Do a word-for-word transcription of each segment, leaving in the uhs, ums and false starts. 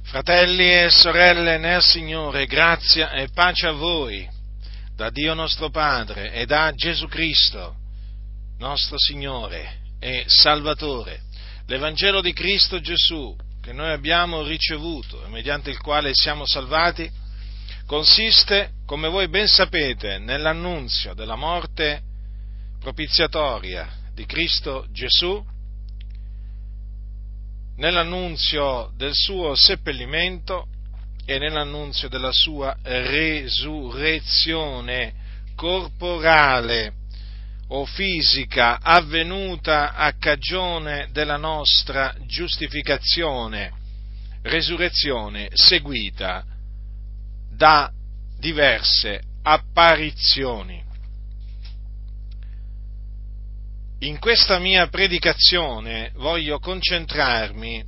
Fratelli e sorelle nel Signore, grazia e pace a voi, da Dio nostro Padre e da Gesù Cristo, nostro Signore e Salvatore. L'Evangelo di Cristo Gesù, che noi abbiamo ricevuto e mediante il quale siamo salvati, consiste, come voi ben sapete, nell'annunzio della morte propiziatoria di Cristo Gesù, nell'annunzio del suo seppellimento e nell'annunzio della sua resurrezione corporale o fisica avvenuta a cagione della nostra giustificazione, resurrezione seguita da diverse apparizioni. In questa mia predicazione voglio concentrarmi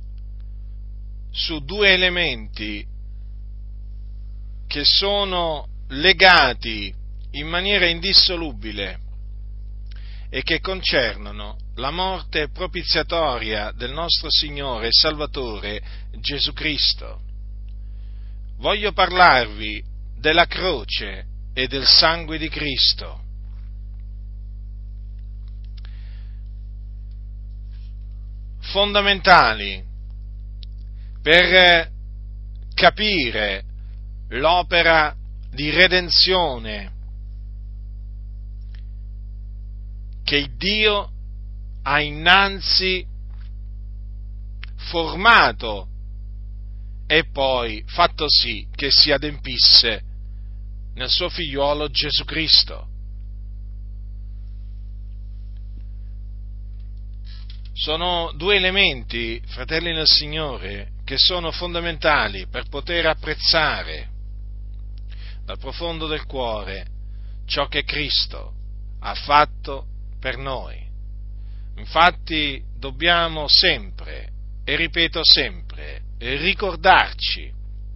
su due elementi che sono legati in maniera indissolubile e che concernono la morte propiziatoria del nostro Signore e Salvatore Gesù Cristo. Voglio parlarvi della croce e del sangue di Cristo. Fondamentali per capire l'opera di redenzione che Dio ha innanzi formato e poi fatto sì che si adempisse nel suo figliuolo Gesù Cristo. Sono due elementi, fratelli nel Signore, che sono fondamentali per poter apprezzare dal profondo del cuore ciò che Cristo ha fatto per noi. Infatti dobbiamo sempre, e ripeto sempre, ricordarci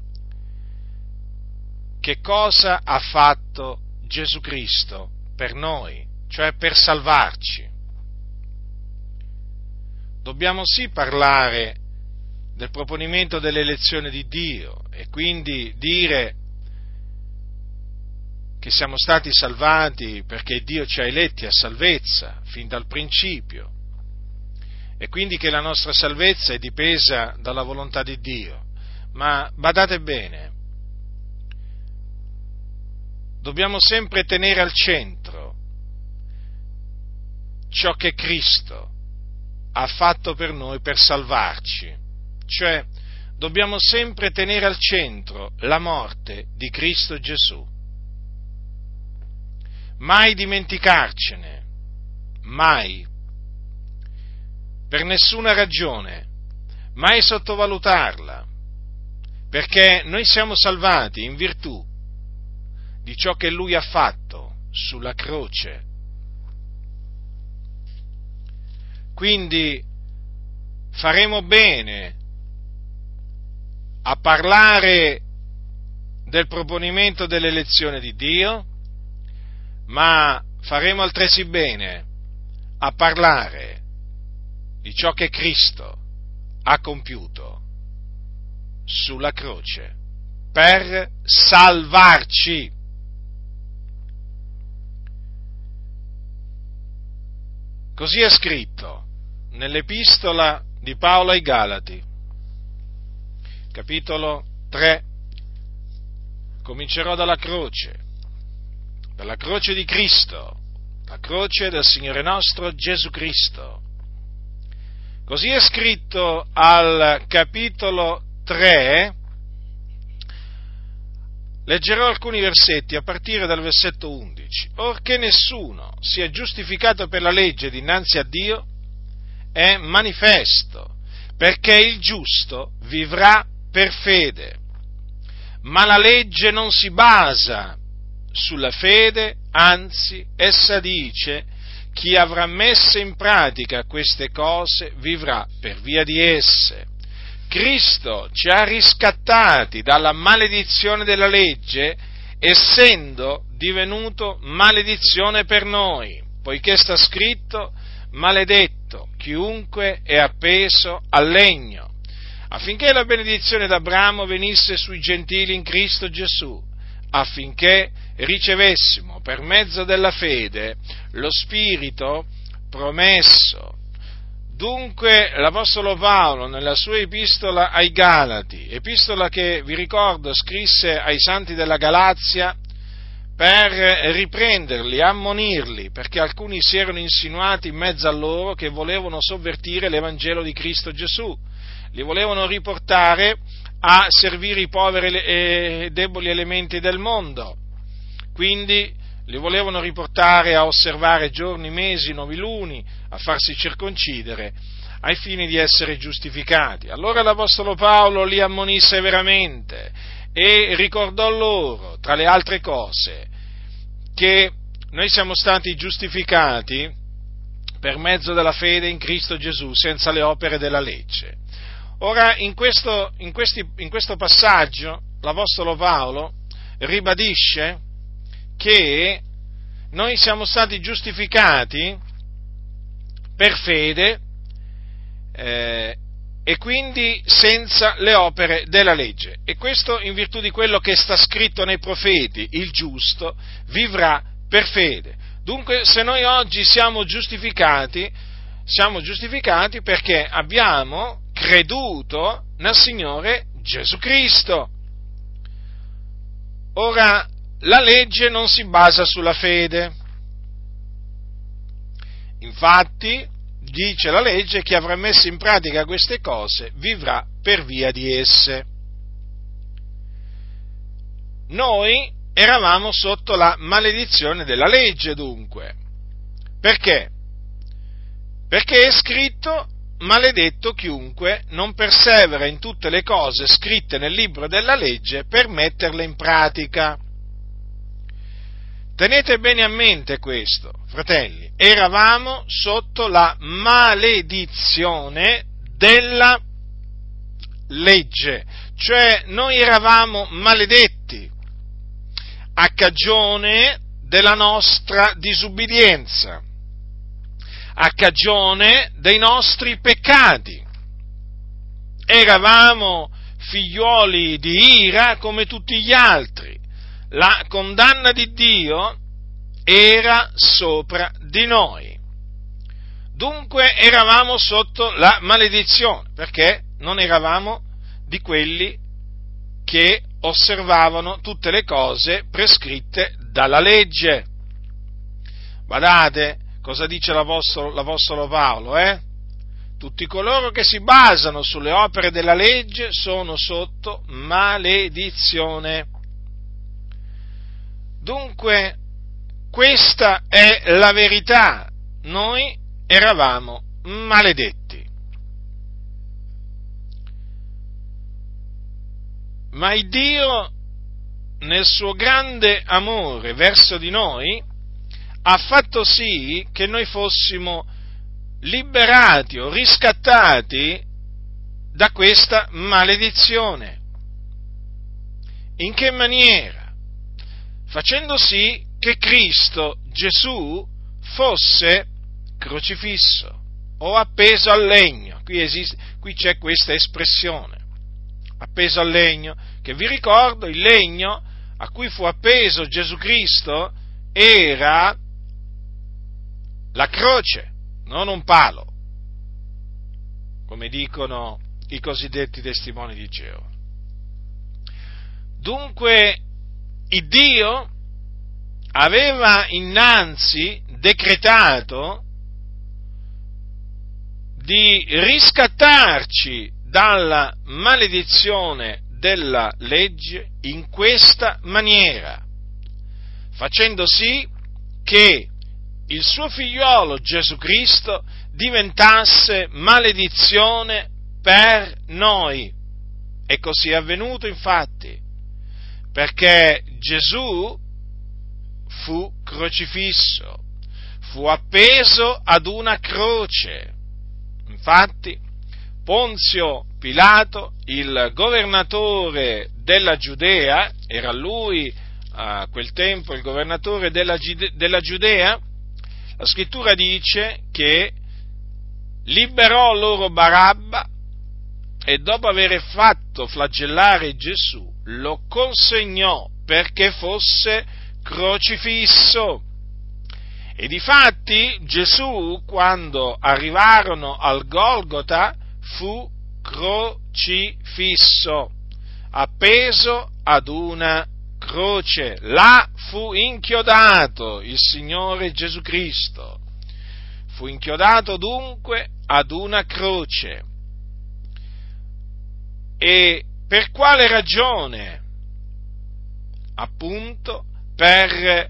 che cosa ha fatto Gesù Cristo per noi, cioè per salvarci. Dobbiamo sì parlare del proponimento dell'elezione di Dio e quindi dire che siamo stati salvati perché Dio ci ha eletti a salvezza fin dal principio e quindi che la nostra salvezza è dipesa dalla volontà di Dio. Ma badate bene, dobbiamo sempre tenere al centro ciò che Cristo ha fatto per noi per salvarci, cioè dobbiamo sempre tenere al centro la morte di Cristo Gesù, mai dimenticarcene, mai, per nessuna ragione, mai sottovalutarla, perché noi siamo salvati in virtù di ciò che Lui ha fatto sulla croce. Quindi faremo bene a parlare del proponimento dell'elezione di Dio, ma faremo altresì bene a parlare di ciò che Cristo ha compiuto sulla croce per salvarci. Così è scritto nell'epistola di Paolo ai Galati, capitolo tre, comincerò dalla croce, dalla croce di Cristo, la croce del Signore nostro Gesù Cristo. Così è scritto al capitolo tre, leggerò alcuni versetti a partire dal versetto undici. Orché nessuno sia giustificato per la legge dinanzi a Dio è manifesto, perché il giusto vivrà per fede. Ma la legge non si basa sulla fede, anzi, essa dice: chi avrà messe in pratica queste cose vivrà per via di esse. Cristo ci ha riscattati dalla maledizione della legge, essendo divenuto maledizione per noi, poiché sta scritto: maledetto chiunque è appeso al legno, affinché la benedizione d'Abramo venisse sui gentili in Cristo Gesù, affinché ricevessimo per mezzo della fede lo Spirito promesso. Dunque l'Apostolo Paolo nella sua epistola ai Galati, epistola che vi ricordo scrisse ai santi della Galazia per riprenderli, ammonirli, perché alcuni si erano insinuati in mezzo a loro che volevano sovvertire l'Evangelo di Cristo Gesù, li volevano riportare a servire i poveri e deboli elementi del mondo, quindi li volevano riportare a osservare giorni, mesi, noviluni, a farsi circoncidere, ai fini di essere giustificati. Allora l'Apostolo Paolo li ammonì severamente e ricordò loro, tra le altre cose, che noi siamo stati giustificati per mezzo della fede in Cristo Gesù, senza le opere della legge. Ora, in questo, in questi, in questo passaggio, l'Apostolo Paolo ribadisce che noi siamo stati giustificati per fede eh, e quindi senza le opere della legge, e questo in virtù di quello che sta scritto nei profeti: il giusto vivrà per fede. Dunque, se noi oggi siamo giustificati, siamo giustificati perché abbiamo creduto nel Signore Gesù Cristo. Ora, la legge non si basa sulla fede. Infatti, dice la legge, chi avrà messo in pratica queste cose vivrà per via di esse. Noi eravamo sotto la maledizione della legge, dunque. Perché? Perché è scritto: maledetto chiunque non persevera in tutte le cose scritte nel libro della legge per metterle in pratica. Tenete bene a mente questo, fratelli, eravamo sotto la maledizione della legge, cioè noi eravamo maledetti a cagione della nostra disubbidienza, a cagione dei nostri peccati. Eravamo figliuoli di ira come tutti gli altri. La condanna di Dio era sopra di noi. Dunque eravamo sotto la maledizione, perché non eravamo di quelli che osservavano tutte le cose prescritte dalla legge. Badate cosa dice l'Apostolo, l'Apostolo Paolo, eh? Tutti coloro che si basano sulle opere della legge sono sotto maledizione. Dunque, questa è la verità. Noi eravamo maledetti. Ma il Dio, nel suo grande amore verso di noi, ha fatto sì che noi fossimo liberati o riscattati da questa maledizione. In che maniera? Facendo sì che Cristo Gesù fosse crocifisso o appeso al legno. Qui, esiste, qui c'è questa espressione, appeso al legno, che vi ricordo, il legno a cui fu appeso Gesù Cristo era la croce, non un palo, come dicono i cosiddetti testimoni di Geova. Dunque, il Dio aveva innanzi decretato di riscattarci dalla maledizione della legge in questa maniera, facendo sì che il suo figliolo Gesù Cristo diventasse maledizione per noi. E così è avvenuto, infatti, perché Gesù fu crocifisso, fu appeso ad una croce. Infatti, Ponzio Pilato, il governatore della Giudea, era lui a quel tempo il governatore della, della Giudea, la scrittura dice che liberò loro Barabba e dopo aver fatto flagellare Gesù, lo consegnò perché fosse crocifisso. E difatti Gesù, quando arrivarono al Golgota, fu crocifisso, appeso ad una croce. Là fu inchiodato il Signore Gesù Cristo. Fu inchiodato dunque ad una croce. E per quale ragione? Appunto per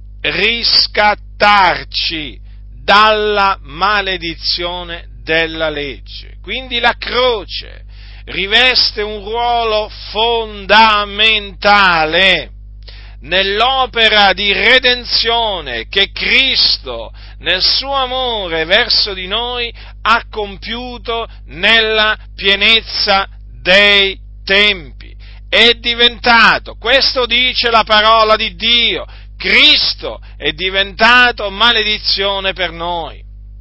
riscattarci dalla maledizione della legge. Quindi la croce riveste un ruolo fondamentale nell'opera di redenzione che Cristo, nel suo amore verso di noi, ha compiuto nella pienezza dei tempi. È diventato, questo dice la parola di Dio, Cristo è diventato maledizione per noi.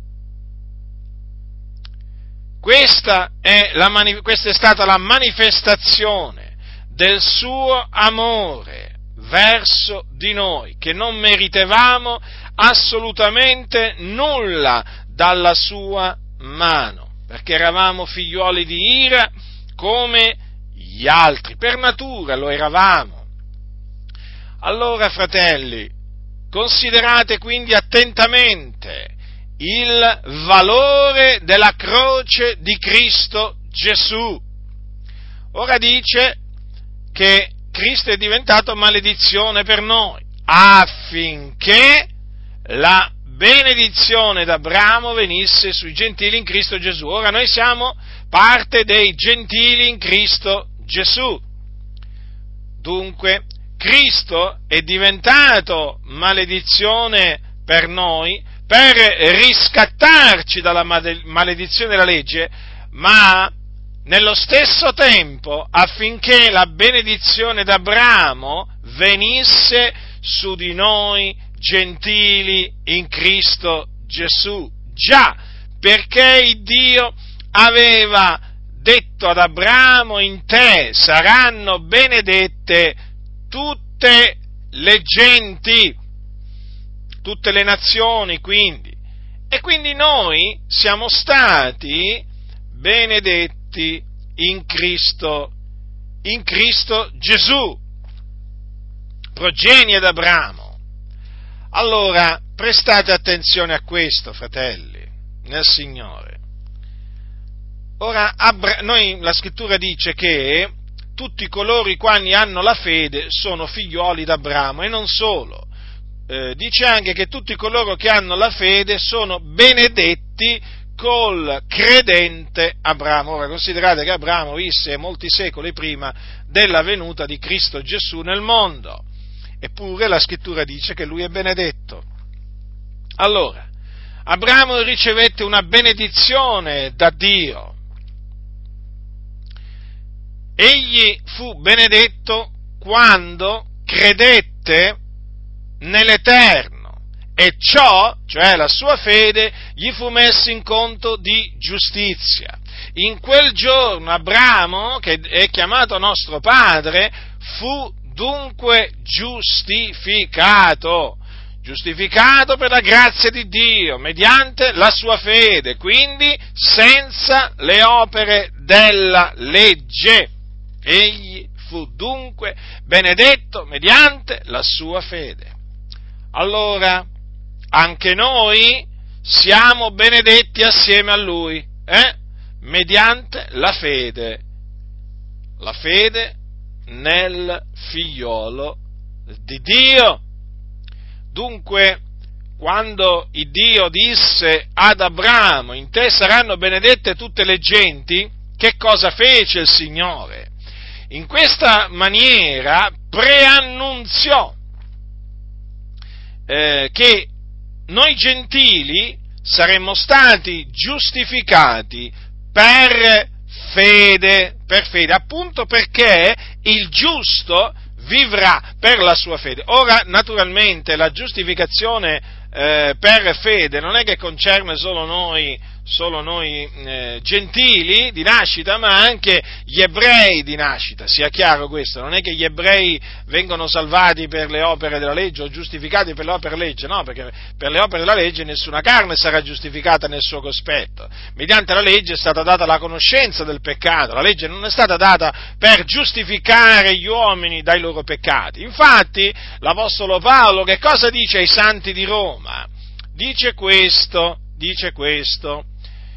Questa è, la, questa è stata la manifestazione del suo amore verso di noi, che non meritevamo assolutamente nulla dalla sua mano, perché eravamo figliuoli di ira come gli altri, per natura lo eravamo. Allora, fratelli, considerate quindi attentamente il valore della croce di Cristo Gesù. Ora dice che Cristo è diventato maledizione per noi, affinché la benedizione d'Abramo venisse sui gentili in Cristo Gesù. Ora noi siamo parte dei gentili in Cristo Gesù. Dunque, Cristo è diventato maledizione per noi, per riscattarci dalla maledizione della legge, ma nello stesso tempo affinché la benedizione d'Abramo venisse su di noi gentili in Cristo Gesù. Già, perché il Dio aveva detto ad Abramo: in te saranno benedette tutte le genti, tutte le nazioni, quindi. E quindi noi siamo stati benedetti in Cristo, in Cristo Gesù, progenie d'Abramo. Allora, prestate attenzione a questo, fratelli, nel Signore. Ora, Abra- noi, la Scrittura dice che tutti coloro i quali hanno la fede sono figliuoli d'Abramo, e non solo. Eh, dice anche che tutti coloro che hanno la fede sono benedetti col credente Abramo. Ora, considerate che Abramo visse molti secoli prima della venuta di Cristo Gesù nel mondo, eppure la Scrittura dice che lui è benedetto. Allora, Abramo ricevette una benedizione da Dio. Egli fu benedetto quando credette nell'Eterno, e ciò, cioè la sua fede, gli fu messo in conto di giustizia. In quel giorno Abramo, che è chiamato nostro padre, fu dunque giustificato, giustificato per la grazia di Dio, mediante la sua fede, quindi senza le opere della legge. Egli fu dunque benedetto mediante la sua fede. Allora, anche noi siamo benedetti assieme a Lui, eh? mediante la fede, la fede nel figliolo di Dio. Dunque, quando il Dio disse ad Abramo: in te saranno benedette tutte le genti, che cosa fece il Signore? In questa maniera preannunziò eh, che noi gentili saremmo stati giustificati per fede, per fede, appunto perché il giusto vivrà per la sua fede. Ora, naturalmente, la giustificazione eh, per fede non è che concerne solo noi, solo noi eh, gentili di nascita, ma anche gli ebrei di nascita, sia chiaro questo, non è che gli ebrei vengono salvati per le opere della legge o giustificati per le opere della legge, no, perché per le opere della legge nessuna carne sarà giustificata nel suo cospetto. Mediante la legge è stata data la conoscenza del peccato, la legge non è stata data per giustificare gli uomini dai loro peccati. Infatti, l'Apostolo Paolo che cosa dice ai santi di Roma? Dice questo, dice questo,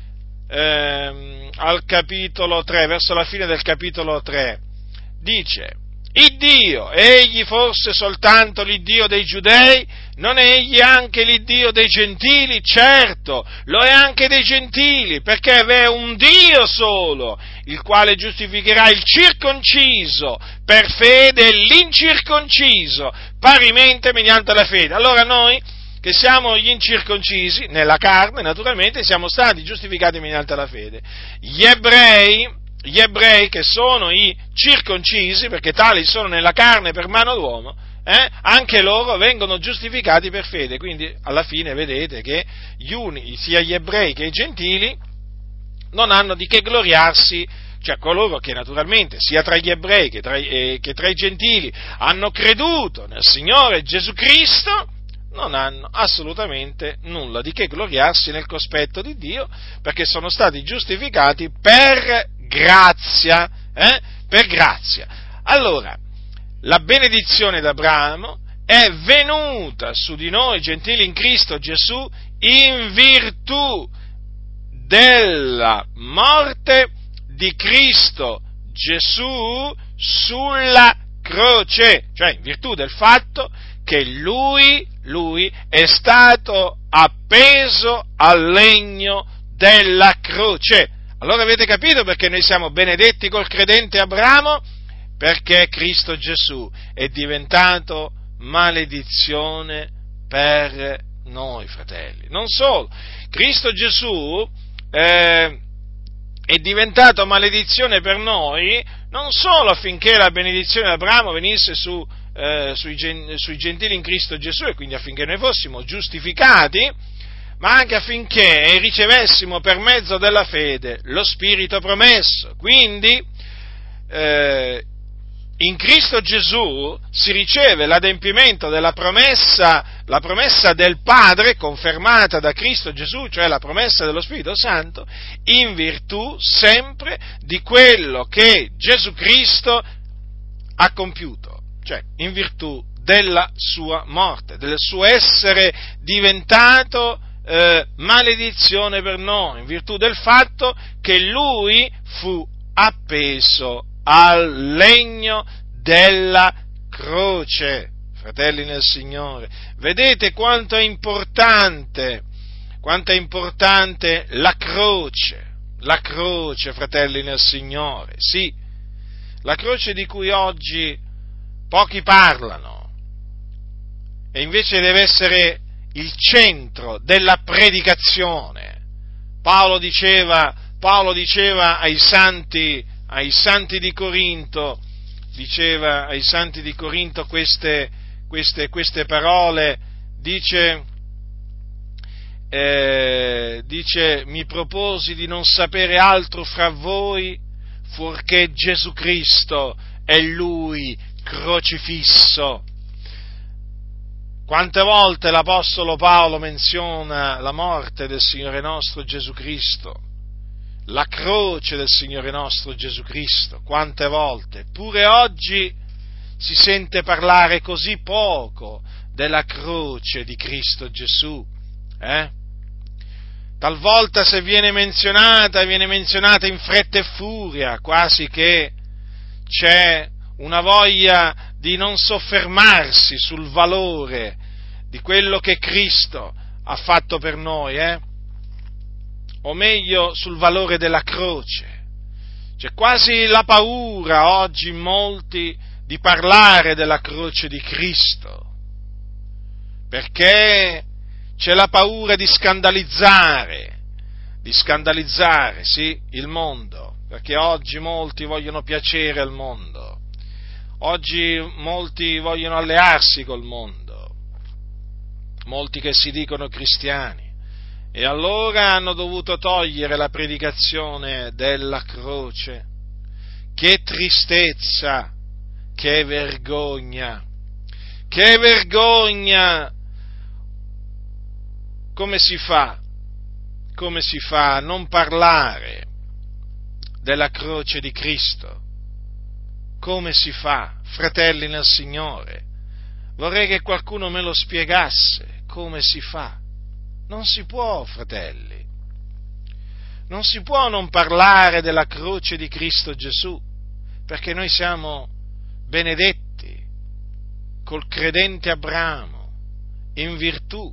ehm, al capitolo tre, verso la fine del capitolo tre, dice: Iddio, egli forse soltanto l'Iddio dei Giudei? Non è egli anche l'Iddio dei Gentili? Certo, lo è anche dei Gentili, perché v'è un Dio solo, il quale giustificherà il circonciso per fede e l'incirconciso, parimente mediante la fede. Allora noi, che siamo gli incirconcisi, nella carne, naturalmente, siamo stati giustificati mediante la fede. Gli ebrei, gli ebrei che sono i circoncisi, perché tali sono nella carne per mano d'uomo, eh, anche loro vengono giustificati per fede. Quindi, alla fine, vedete che gli uni, sia gli ebrei che i gentili, non hanno di che gloriarsi, cioè coloro che naturalmente, sia tra gli ebrei che tra, eh, che tra i gentili, hanno creduto nel Signore Gesù Cristo, non hanno assolutamente nulla di che gloriarsi nel cospetto di Dio, perché sono stati giustificati per grazia, eh? Per grazia. Allora, la benedizione d'Abramo è venuta su di noi, gentili in Cristo Gesù, in virtù della morte di Cristo Gesù sulla croce, cioè in virtù del fatto che Lui, Lui è stato appeso al legno della croce. Allora avete capito perché noi siamo benedetti col credente Abramo? Perché Cristo Gesù è diventato maledizione per noi, fratelli. Non solo, Cristo Gesù eh, è diventato maledizione per noi, non solo affinché la benedizione di Abramo venisse su Eh, sui, gen, sui gentili in Cristo Gesù, e quindi affinché noi fossimo giustificati, ma anche affinché ricevessimo per mezzo della fede lo Spirito promesso. Quindi eh, in Cristo Gesù si riceve l'adempimento della promessa, la promessa del Padre confermata da Cristo Gesù, cioè la promessa dello Spirito Santo, in virtù sempre di quello che Gesù Cristo ha compiuto. Cioè, in virtù della sua morte, del suo essere diventato eh, maledizione per noi, in virtù del fatto che lui fu appeso al legno della croce. Fratelli nel Signore, vedete quanto è importante, quanto è importante la croce, la croce, fratelli nel Signore, sì, la croce di cui oggi pochi parlano, e invece deve essere il centro della predicazione. Paolo diceva, Paolo diceva ai santi, ai santi di Corinto, diceva ai santi di Corinto queste, queste, queste parole, dice, eh, dice, mi proposi di non sapere altro fra voi fuorché Gesù Cristo è Lui crocifisso. Quante volte l'Apostolo Paolo menziona la morte del Signore nostro Gesù Cristo, la croce del Signore nostro Gesù Cristo, quante volte? Pure oggi si sente parlare così poco della croce di Cristo Gesù, eh? Talvolta se viene menzionata, viene menzionata in fretta e furia, quasi che c'è una voglia di non soffermarsi sul valore di quello che Cristo ha fatto per noi, eh? O meglio, sul valore della croce. C'è quasi la paura oggi in molti di parlare della croce di Cristo, perché c'è la paura di scandalizzare, di scandalizzare, sì, il mondo, perché oggi molti vogliono piacere al mondo. Oggi molti vogliono allearsi col mondo, molti che si dicono cristiani, E allora hanno dovuto togliere la predicazione della croce. Che tristezza, che vergogna, che vergogna! Come si fa? Come si fa a non parlare della croce di Cristo? Come si fa, fratelli nel Signore? Vorrei che qualcuno me lo spiegasse. Come si fa? Non si può, fratelli. Non si può non parlare della croce di Cristo Gesù, perché noi siamo benedetti col credente Abramo in virtù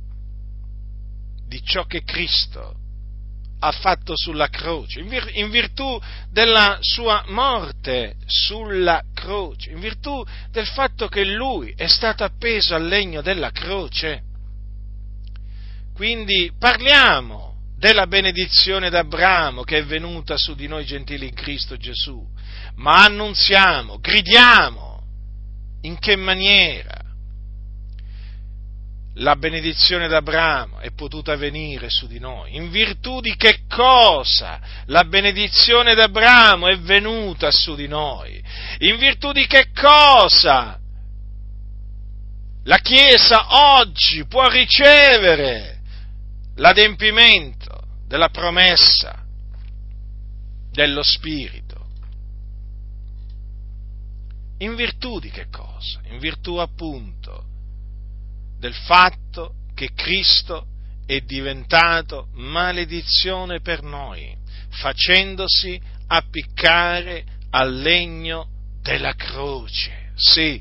di ciò che Cristo ha fatto sulla croce, in, vir- in virtù della sua morte sulla croce, in virtù del fatto che Lui è stato appeso al legno della croce. Quindi parliamo della benedizione d'Abramo che è venuta su di noi gentili in Cristo Gesù, ma annunziamo, gridiamo in che maniera la benedizione d'Abramo è potuta venire su di noi, in virtù di che cosa la benedizione d'Abramo è venuta su di noi, in virtù di che cosa la Chiesa oggi può ricevere l'adempimento della promessa dello Spirito. In virtù di che cosa? In virtù appunto del fatto che Cristo è diventato maledizione per noi, facendosi appiccare al legno della croce. Sì,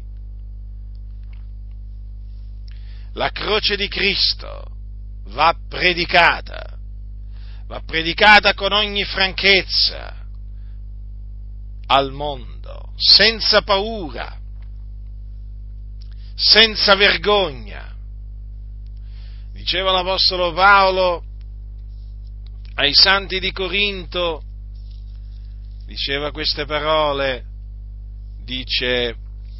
la croce di Cristo va predicata, va predicata con ogni franchezza al mondo, senza paura, senza vergogna. Diceva l'Apostolo Paolo ai santi di Corinto, diceva queste parole, dice: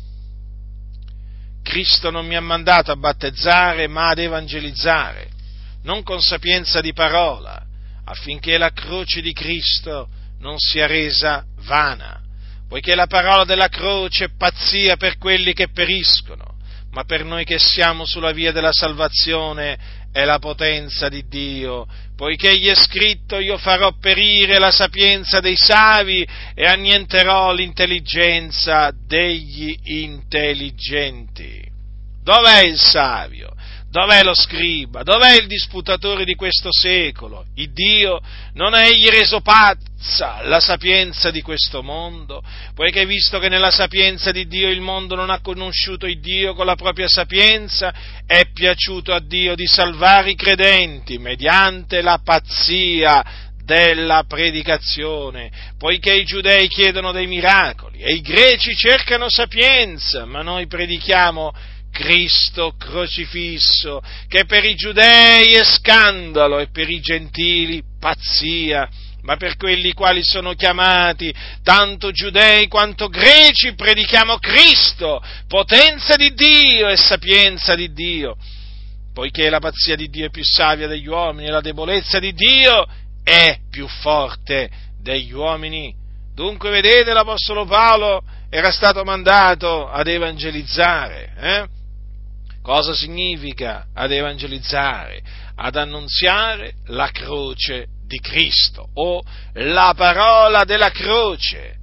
Cristo non mi ha mandato a battezzare, ma ad evangelizzare, non con sapienza di parola, affinché la croce di Cristo non sia resa vana, poiché la parola della croce è pazzia per quelli che periscono, ma per noi che siamo sulla via della salvazione è la potenza di Dio, poiché gli è scritto: io farò perire la sapienza dei savi e annienterò l'intelligenza degli intelligenti. Dov'è il savio? Dov'è lo scriba? Dov'è il disputatore di questo secolo? Il Dio non ha egli reso pazza la sapienza di questo mondo, poiché visto che nella sapienza di Dio il mondo non ha conosciuto il Dio con la propria sapienza, è piaciuto a Dio di salvare i credenti mediante la pazzia della predicazione, poiché i giudei chiedono dei miracoli e i greci cercano sapienza, ma noi predichiamo Cristo crocifisso, che per i giudei è scandalo e per i gentili pazzia, ma per quelli quali sono chiamati, tanto giudei quanto greci, predichiamo Cristo, potenza di Dio e sapienza di Dio, poiché la pazzia di Dio è più savia degli uomini e la debolezza di Dio è più forte degli uomini. Dunque, vedete, l'Apostolo Paolo era stato mandato ad evangelizzare, eh? Cosa significa ad evangelizzare? Ad annunziare la croce di Cristo, o la parola della croce,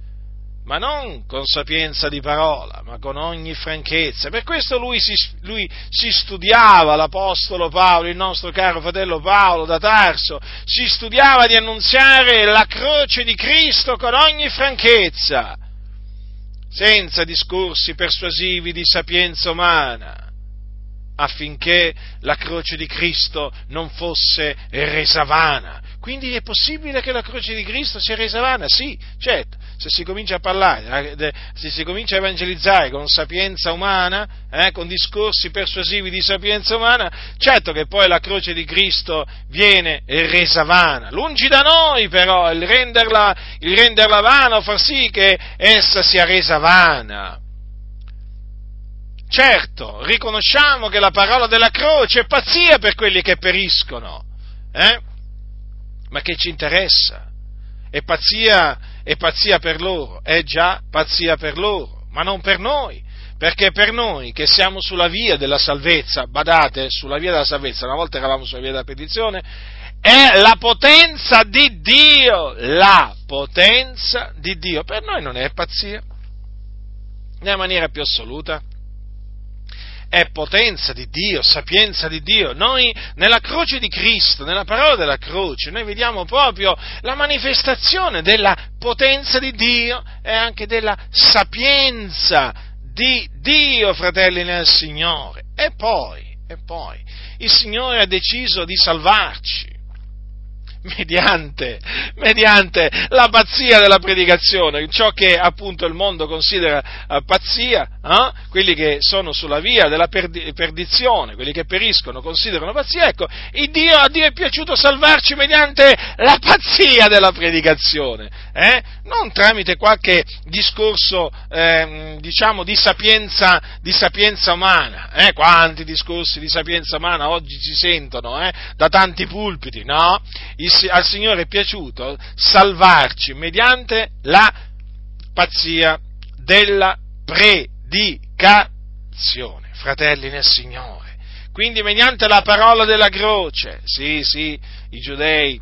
ma non con sapienza di parola, ma con ogni franchezza. Per questo lui si, lui si studiava, l'Apostolo Paolo, il nostro caro fratello Paolo da Tarso, si studiava di annunziare la croce di Cristo con ogni franchezza, senza discorsi persuasivi di sapienza umana, affinché la croce di Cristo non fosse resa vana. Quindi è possibile che la croce di Cristo sia resa vana? Sì, certo, se si comincia a parlare, se si comincia a evangelizzare con sapienza umana, eh, con discorsi persuasivi di sapienza umana, certo che poi la croce di Cristo viene resa vana. Lungi da noi però il renderla, il renderla vana o far sì che essa sia resa vana. Certo, riconosciamo che la parola della croce è pazzia per quelli che periscono, Eh? Ma che ci interessa? È pazzia, è pazzia per loro, è già pazzia per loro, ma non per noi, perché per noi che siamo sulla via della salvezza, badate, sulla via della salvezza, una volta eravamo sulla via della perdizione, è la potenza di Dio, la potenza di Dio, per noi non è pazzia, nella maniera più assoluta. È potenza di Dio, sapienza di Dio. Noi nella croce di Cristo, nella parola della croce, noi vediamo proprio la manifestazione della potenza di Dio e anche della sapienza di Dio, fratelli nel Signore. E poi, e poi, il Signore ha deciso di salvarci. Mediante, mediante la pazzia della predicazione, ciò che appunto il mondo considera uh, pazzia, eh? Quelli che sono sulla via della perdi- perdizione, quelli che periscono considerano pazzia, ecco, il Dio, a Dio è piaciuto salvarci mediante la pazzia della predicazione, eh? Non tramite qualche discorso, eh, diciamo, di sapienza, di sapienza umana, eh? Quanti discorsi di sapienza umana oggi si sentono, eh? Da tanti pulpiti, no? Il al Signore è piaciuto salvarci mediante la pazzia della predicazione, fratelli nel Signore. Quindi mediante la parola della croce, sì, sì, i giudei,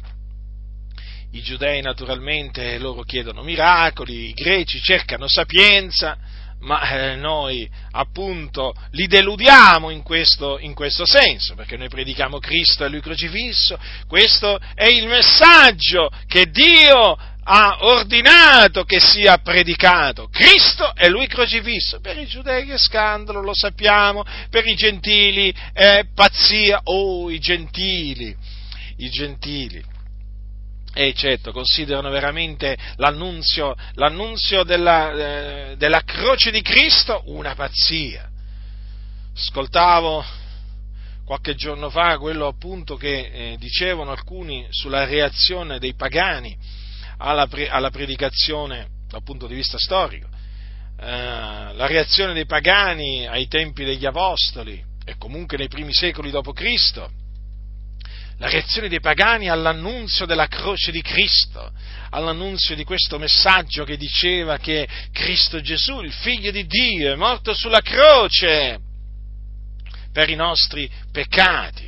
i giudei naturalmente loro chiedono miracoli, i greci cercano sapienza, ma eh, noi appunto li deludiamo in questo, in questo senso, perché noi predichiamo Cristo e Lui crocifisso. Questo è il messaggio che Dio ha ordinato che sia predicato, Cristo e Lui crocifisso. Per i giudei è scandalo, lo sappiamo, per i gentili è pazzia. Oh, i gentili, i gentili. E eh, certo, considerano veramente l'annunzio, l'annunzio della, eh, della croce di Cristo una pazzia. Ascoltavo qualche giorno fa quello appunto che eh, dicevano alcuni sulla reazione dei pagani alla, pre, alla predicazione dal punto di vista storico. Eh, la reazione dei pagani ai tempi degli Apostoli e comunque nei primi secoli dopo Cristo. La reazione dei pagani all'annunzio della croce di Cristo, all'annunzio di questo messaggio che diceva che Cristo Gesù, il Figlio di Dio, è morto sulla croce per i nostri peccati,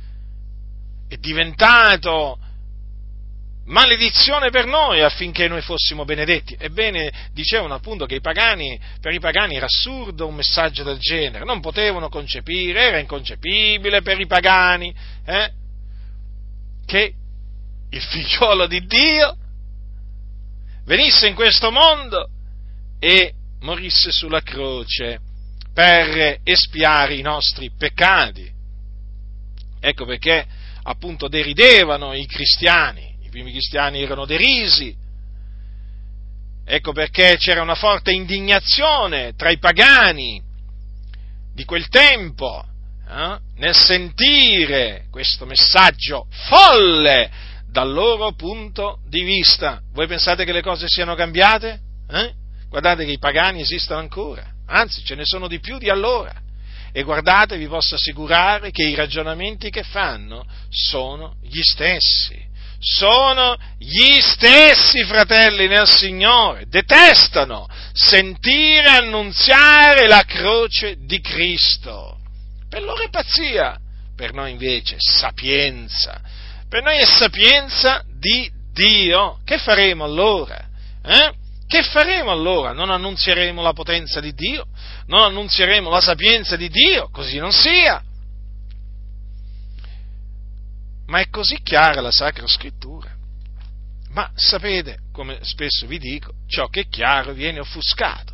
è diventato maledizione per noi affinché noi fossimo benedetti. Ebbene, dicevano appunto che i pagani, per i pagani era assurdo un messaggio del genere, non potevano concepire, era inconcepibile per i pagani, eh? Che il figliolo di Dio venisse in questo mondo e morisse sulla croce per espiare i nostri peccati. Ecco perché appunto deridevano i cristiani, i primi cristiani erano derisi, ecco perché c'era una forte indignazione tra i pagani di quel tempo, Eh, nel sentire questo messaggio folle dal loro punto di vista. Voi pensate che le cose siano cambiate? Eh? Guardate che i pagani esistono ancora, anzi ce ne sono di più di allora, e guardate, vi posso assicurare che i ragionamenti che fanno sono gli stessi, sono gli stessi, fratelli nel Signore, detestano sentire annunziare la croce di Cristo. Per loro è pazzia, per noi invece è sapienza, per noi è sapienza di Dio. Che faremo allora? Eh? Che faremo allora? Non annunzieremo la potenza di Dio? Non annunzieremo la sapienza di Dio? Così non sia. Ma è così chiara la Sacra Scrittura. Ma sapete, come spesso vi dico, ciò che è chiaro viene offuscato.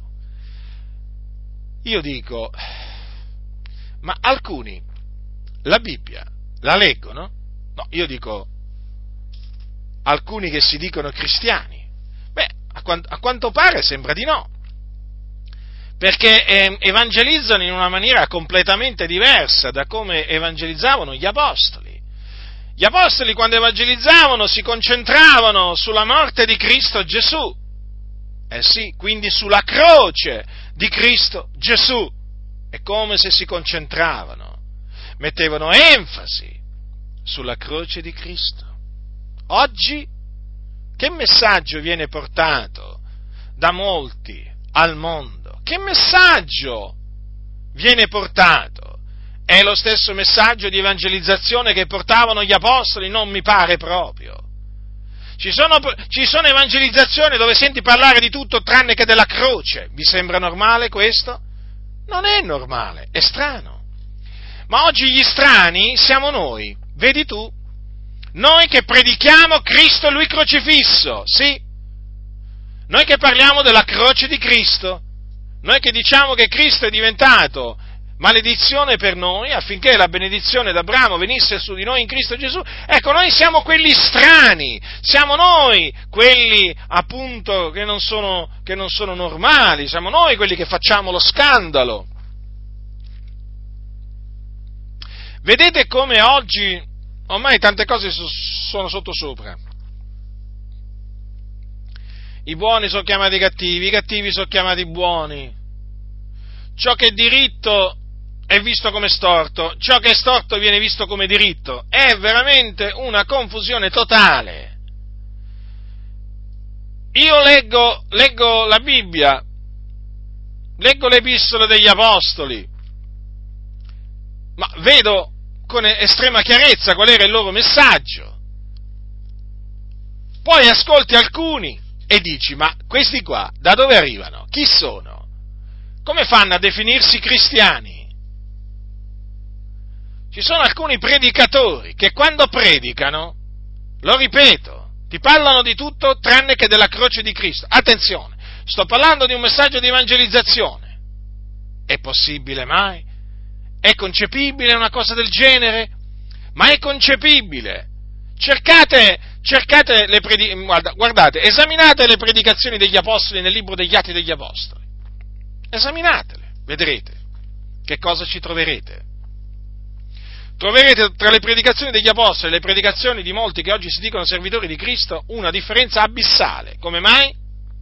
Io dico, ma alcuni la Bibbia la leggono? No, io dico, alcuni che si dicono cristiani. Beh, a quanto, a quanto pare sembra di no, perché eh, evangelizzano in una maniera completamente diversa da come evangelizzavano gli apostoli. Gli apostoli, quando evangelizzavano, si concentravano sulla morte di Cristo Gesù, eh sì, quindi sulla croce di Cristo Gesù. È come se si concentravano, mettevano enfasi sulla croce di Cristo. Oggi che messaggio viene portato da molti al mondo? Che messaggio viene portato? È lo stesso messaggio di evangelizzazione che portavano gli apostoli? Non mi pare proprio. Ci sono, ci sono evangelizzazioni dove senti parlare di tutto tranne che della croce. Vi sembra normale questo? Non è normale, è strano. Ma oggi gli strani siamo noi, vedi tu? Noi che predichiamo Cristo e Lui crocifisso, sì. Noi che parliamo della croce di Cristo. Noi che diciamo che Cristo è diventato maledizione per noi affinché la benedizione d'Abramo venisse su di noi in Cristo Gesù. Ecco, noi siamo quelli strani, siamo noi quelli appunto che non sono, che non sono normali, siamo noi quelli che facciamo lo scandalo. Vedete come oggi ormai tante cose sono sottosopra. I buoni sono chiamati cattivi, i cattivi sono chiamati buoni. Ciò che è diritto è visto come storto, ciò che è storto viene visto come diritto. È veramente una confusione totale. Io leggo, leggo la Bibbia, leggo le epistole degli apostoli, ma vedo con estrema chiarezza qual era il loro messaggio. Poi ascolti alcuni e dici, ma questi qua da dove arrivano? Chi sono? Come fanno a definirsi cristiani? Ci sono alcuni predicatori che quando predicano, lo ripeto, ti parlano di tutto tranne che della croce di Cristo. Attenzione, sto parlando di un messaggio di evangelizzazione. È possibile mai? È concepibile una cosa del genere? Ma è concepibile? Cercate, cercate le predicazioni, guarda, guardate, esaminate le predicazioni degli apostoli nel libro degli Atti degli Apostoli. Esaminatele, vedrete che cosa ci troverete. Troverete tra le predicazioni degli apostoli e le predicazioni di molti che oggi si dicono servitori di Cristo una differenza abissale. Come mai?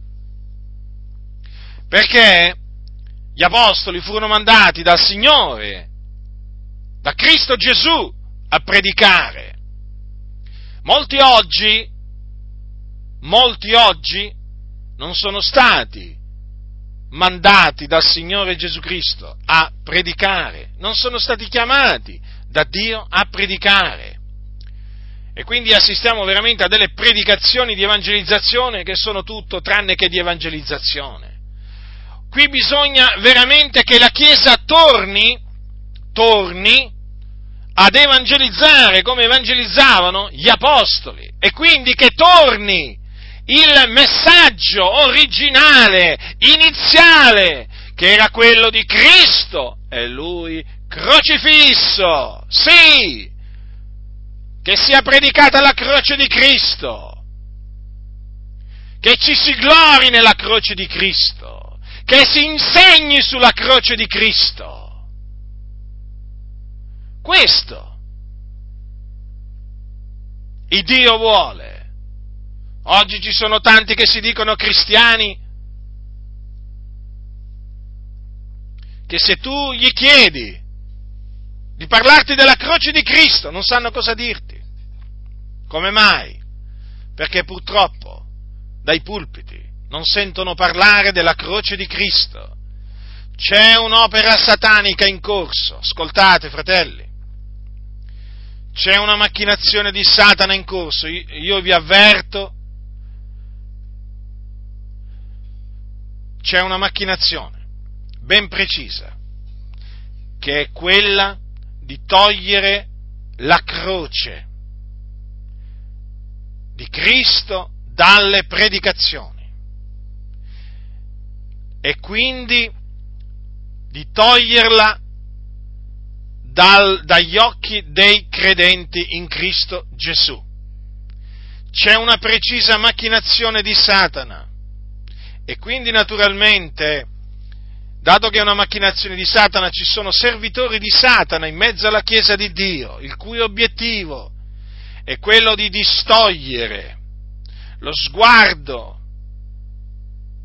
Perché gli apostoli furono mandati dal Signore, da Cristo Gesù, a predicare. Molti oggi, molti oggi non sono stati mandati dal Signore Gesù Cristo a predicare, non sono stati chiamati da Dio a predicare. E quindi assistiamo veramente a delle predicazioni di evangelizzazione che sono tutto tranne che di evangelizzazione. Qui bisogna veramente che la Chiesa torni, torni ad evangelizzare come evangelizzavano gli apostoli, e quindi che torni il messaggio originale, iniziale, che era quello di Cristo e Lui crocifisso, sì, che sia predicata la croce di Cristo, che ci si glori nella croce di Cristo, che si insegni sulla croce di Cristo. Questo il Dio vuole. Oggi ci sono tanti che si dicono cristiani, che se tu gli chiedi di parlarti della croce di Cristo non sanno cosa dirti. Come mai? Perché purtroppo dai pulpiti non sentono parlare della croce di Cristo. C'è un'opera satanica in corso, ascoltate fratelli, c'è una macchinazione di Satana in corso, io vi avverto, c'è una macchinazione ben precisa, che è quella di togliere la croce di Cristo dalle predicazioni e quindi di toglierla dal, dagli occhi dei credenti in Cristo Gesù. C'è una precisa macchinazione di Satana e quindi naturalmente, dato che è una macchinazione di Satana, ci sono servitori di Satana in mezzo alla Chiesa di Dio, il cui obiettivo è quello di distogliere lo sguardo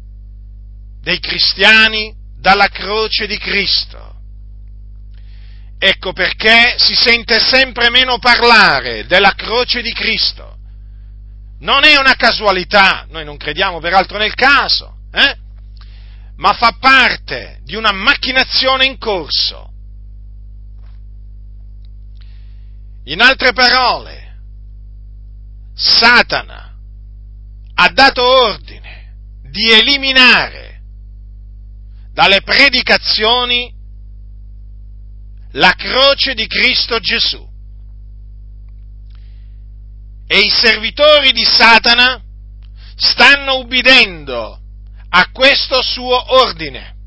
dei cristiani dalla croce di Cristo Ecco perché si sente sempre meno parlare della croce di Cristo. Non è una casualità, noi non crediamo peraltro nel caso, eh? Ma fa parte di una macchinazione in corso. In altre parole, Satana ha dato ordine di eliminare dalle predicazioni la croce di Cristo Gesù. E i servitori di Satana stanno ubbidendo a questo suo ordine.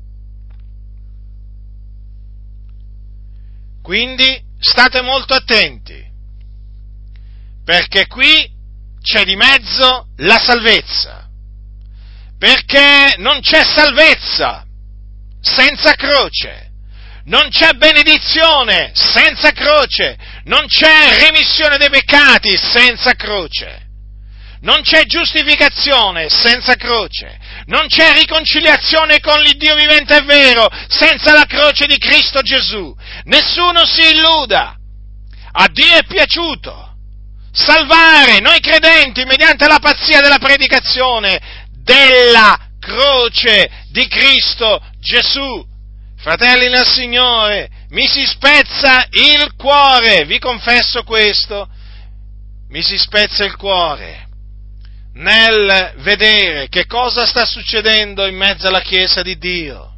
Quindi state molto attenti, perché qui c'è di mezzo la salvezza, perché non c'è salvezza senza croce. Non c'è benedizione senza croce, non c'è remissione dei peccati senza croce, non c'è giustificazione senza croce, non c'è riconciliazione con l'Iddio vivente e vero senza la croce di Cristo Gesù. Nessuno si illuda, a Dio è piaciuto salvare noi credenti mediante la pazzia della predicazione della croce di Cristo Gesù. Fratelli nel Signore, mi si spezza il cuore, vi confesso questo, mi si spezza il cuore nel vedere che cosa sta succedendo in mezzo alla Chiesa di Dio.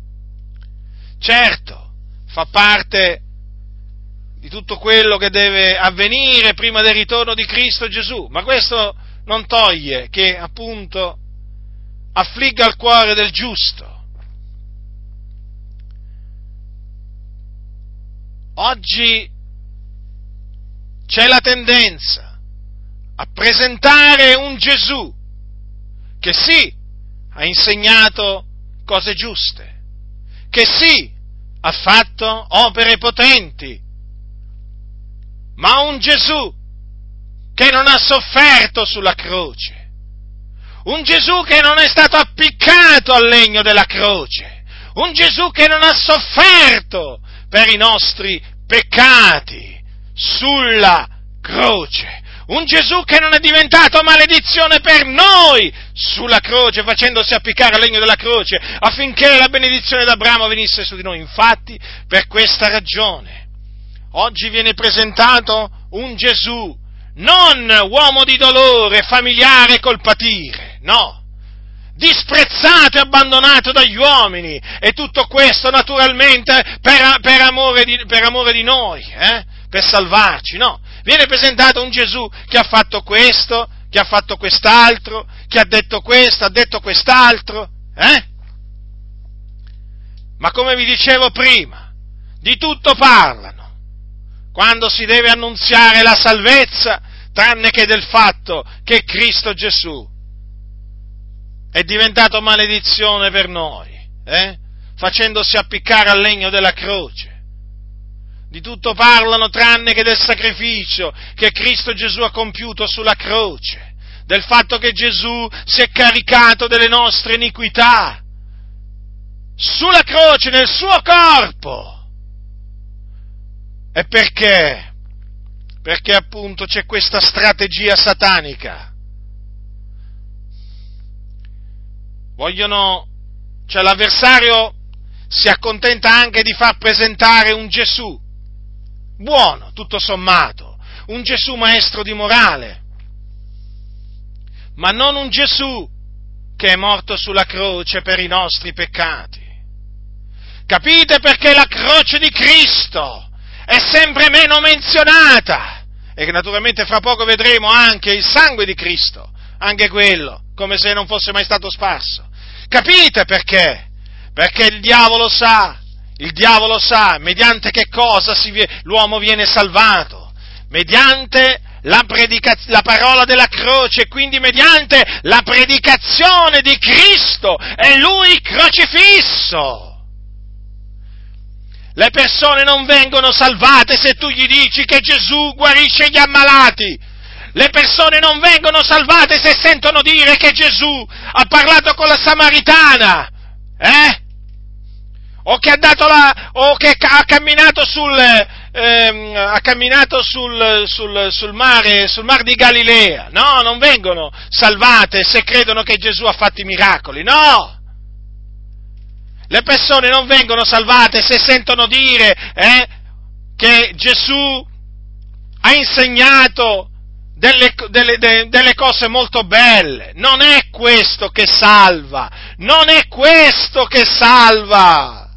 Certo, fa parte di tutto quello che deve avvenire prima del ritorno di Cristo Gesù, ma questo non toglie che, appunto, affligga il cuore del giusto. Oggi c'è la tendenza a presentare un Gesù che sì, ha insegnato cose giuste, che sì, ha fatto opere potenti, ma un Gesù che non ha sofferto sulla croce, un Gesù che non è stato appiccato al legno della croce, un Gesù che non ha sofferto per i nostri peccati sulla croce, un Gesù che non è diventato maledizione per noi sulla croce, facendosi appiccare al legno della croce, affinché la benedizione d'Abramo venisse su di noi. Infatti, per questa ragione, oggi viene presentato un Gesù, non uomo di dolore, familiare col patire, no, disprezzato e abbandonato dagli uomini, e tutto questo naturalmente per, per, amore, di, per amore di noi, eh? Per salvarci, no, viene presentato un Gesù che ha fatto questo, che ha fatto quest'altro, che ha detto questo, ha detto quest'altro, eh? Ma come vi dicevo prima, di tutto parlano, quando si deve annunziare la salvezza, tranne che del fatto che Cristo Gesù è diventato maledizione per noi, eh? Facendosi appiccare al legno della croce. Di tutto parlano tranne che del sacrificio che Cristo Gesù ha compiuto sulla croce, del fatto che Gesù si è caricato delle nostre iniquità sulla croce, nel suo corpo. E perché? Perché appunto c'è questa strategia satanica. Vogliono, cioè l'avversario si accontenta anche di far presentare un Gesù buono, tutto sommato, un Gesù maestro di morale, ma non un Gesù che è morto sulla croce per i nostri peccati. Capite perché la croce di Cristo è sempre meno menzionata? E che naturalmente fra poco vedremo anche il sangue di Cristo, anche quello, come se non fosse mai stato sparso. Capite perché? Perché il diavolo sa, il diavolo sa mediante che cosa si, l'uomo viene salvato, mediante la, predica, la parola della croce, e quindi mediante la predicazione di Cristo e Lui crocifisso. Le persone non vengono salvate se tu gli dici che Gesù guarisce gli ammalati. Le persone non vengono salvate se sentono dire che Gesù ha parlato con la Samaritana, eh? o che ha dato la, o che ha camminato sul, ehm, ha camminato sul, sul, sul mare, sul mar di Galilea. No, non vengono salvate se credono che Gesù ha fatto i miracoli, no! Le persone non vengono salvate se sentono dire, eh, che Gesù ha insegnato Delle, delle, de, delle cose molto belle. Non è questo che salva, non è questo che salva.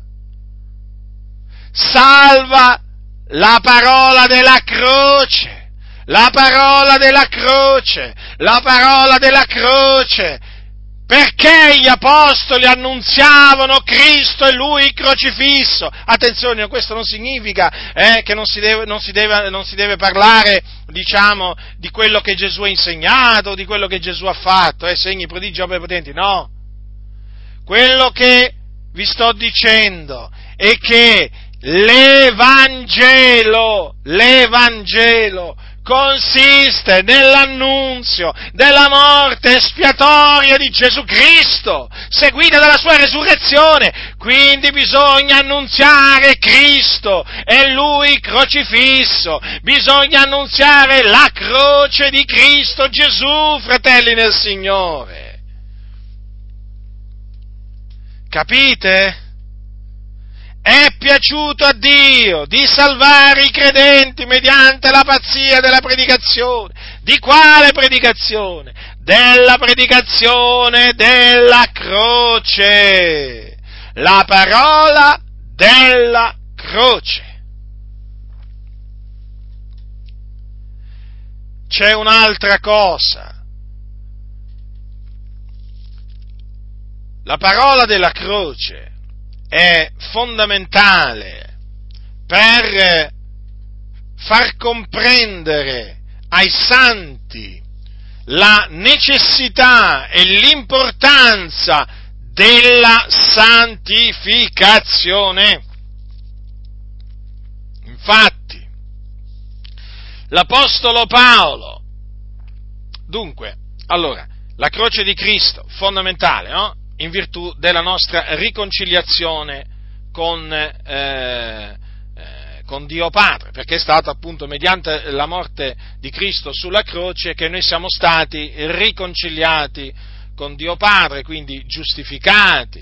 Salva la parola della croce, la parola della croce, la parola della croce, perché gli apostoli annunziavano Cristo e Lui crocifisso. Attenzione, questo non significa eh, che non si deve, non si deve, non si deve parlare, diciamo, di quello che Gesù ha insegnato, di quello che Gesù ha fatto, eh, segni, prodigi, opere potenti, no. Quello che vi sto dicendo è che l'Evangelo, l'Evangelo consiste nell'annunzio della morte espiatoria di Gesù Cristo, seguita dalla sua resurrezione. Quindi bisogna annunziare Cristo e Lui crocifisso, bisogna annunziare la croce di Cristo Gesù, fratelli nel Signore. Capite? È piaciuto a Dio di salvare i credenti mediante la pazzia della predicazione. Di quale predicazione? Della predicazione della croce. La parola della croce. C'è un'altra cosa. La parola della croce è fondamentale per far comprendere ai santi la necessità e l'importanza della santificazione. Infatti, l'Apostolo Paolo, dunque, allora, la croce di Cristo, fondamentale, no? In virtù della nostra riconciliazione con, eh, eh, con Dio Padre, perché è stato appunto mediante la morte di Cristo sulla croce che noi siamo stati riconciliati con Dio Padre, quindi giustificati.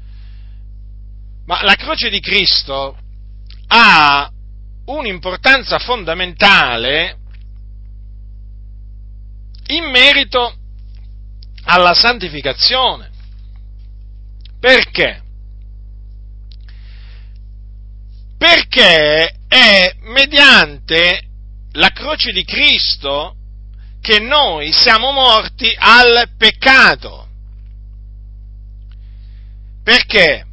Ma la croce di Cristo ha un'importanza fondamentale in merito alla santificazione. Perché? Perché è mediante la croce di Cristo che noi siamo morti al peccato. Perché?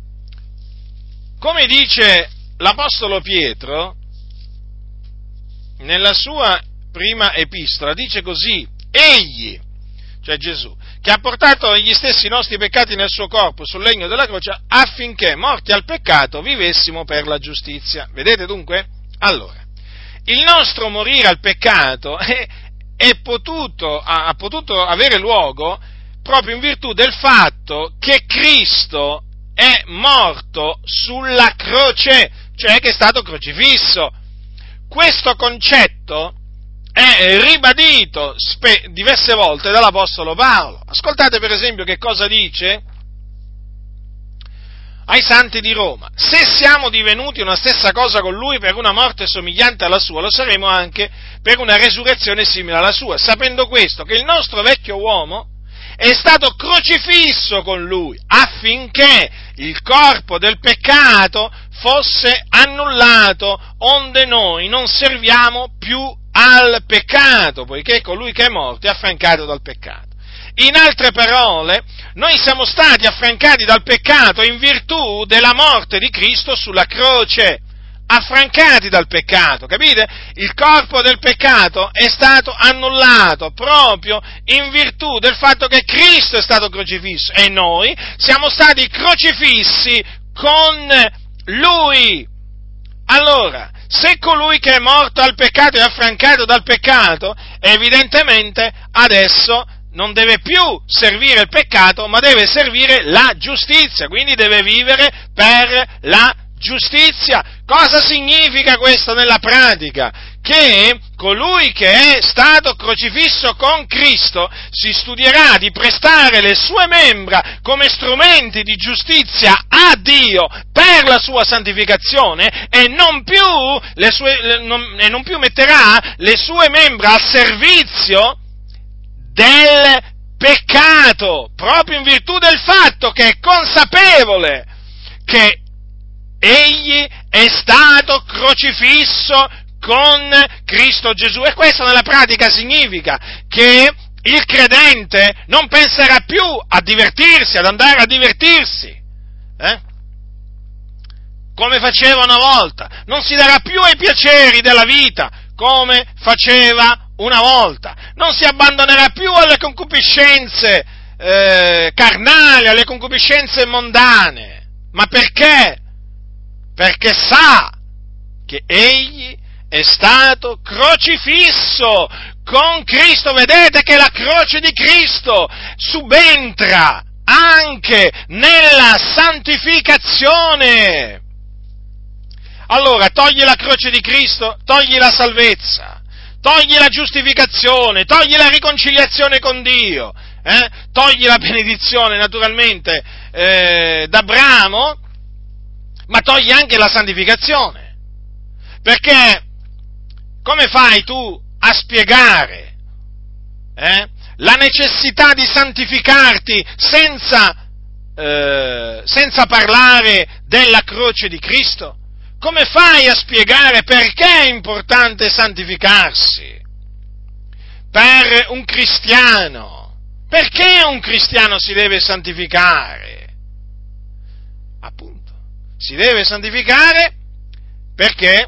Come dice l'Apostolo Pietro, nella sua prima epistola, dice così: egli, cioè Gesù, che ha portato gli stessi nostri peccati nel suo corpo sul legno della croce, affinché, morti al peccato, vivessimo per la giustizia. Vedete dunque? Allora, il nostro morire al peccato è, è potuto, ha, ha potuto avere luogo proprio in virtù del fatto che Cristo è morto sulla croce, cioè che è stato crocifisso. Questo concetto è ribadito spe- diverse volte dall'Apostolo Paolo. Ascoltate per esempio che cosa dice ai santi di Roma: se siamo divenuti una stessa cosa con lui per una morte somigliante alla sua, lo saremo anche per una resurrezione simile alla sua, sapendo questo, che il nostro vecchio uomo è stato crocifisso con lui, affinché il corpo del peccato fosse annullato, onde noi non serviamo più al peccato, poiché colui che è morto è affrancato dal peccato. In altre parole, noi siamo stati affrancati dal peccato in virtù della morte di Cristo sulla croce, affrancati dal peccato, capite? Il corpo del peccato è stato annullato proprio in virtù del fatto che Cristo è stato crocifisso e noi siamo stati crocifissi con Lui. Allora, se colui che è morto al peccato è affrancato dal peccato, evidentemente adesso non deve più servire il peccato, ma deve servire la giustizia, quindi deve vivere per la giustizia. Cosa significa questo nella pratica? Che colui che è stato crocifisso con Cristo si studierà di prestare le sue membra come strumenti di giustizia a Dio per la sua santificazione e non più, le sue, le, non, e non più metterà le sue membra al servizio del peccato, proprio in virtù del fatto che è consapevole che egli è stato crocifisso con Cristo Gesù. E questo nella pratica significa che il credente non penserà più a divertirsi, ad andare a divertirsi, eh? come faceva una volta, non si darà più ai piaceri della vita come faceva una volta, non si abbandonerà più alle concupiscenze eh, carnali, alle concupiscenze mondane. Ma perché? Perché sa che egli è stato crocifisso con Cristo. Vedete che la croce di Cristo subentra anche nella santificazione. Allora, togli la croce di Cristo, togli la salvezza, togli la giustificazione, togli la riconciliazione con Dio, eh? togli la benedizione naturalmente eh, d'Abramo, ma togli anche la santificazione. Perché come fai tu a spiegare eh, la necessità di santificarti senza, eh, senza parlare della croce di Cristo? Come fai a spiegare perché è importante santificarsi? Per un cristiano, perché un cristiano si deve santificare? Appunto, si deve santificare perché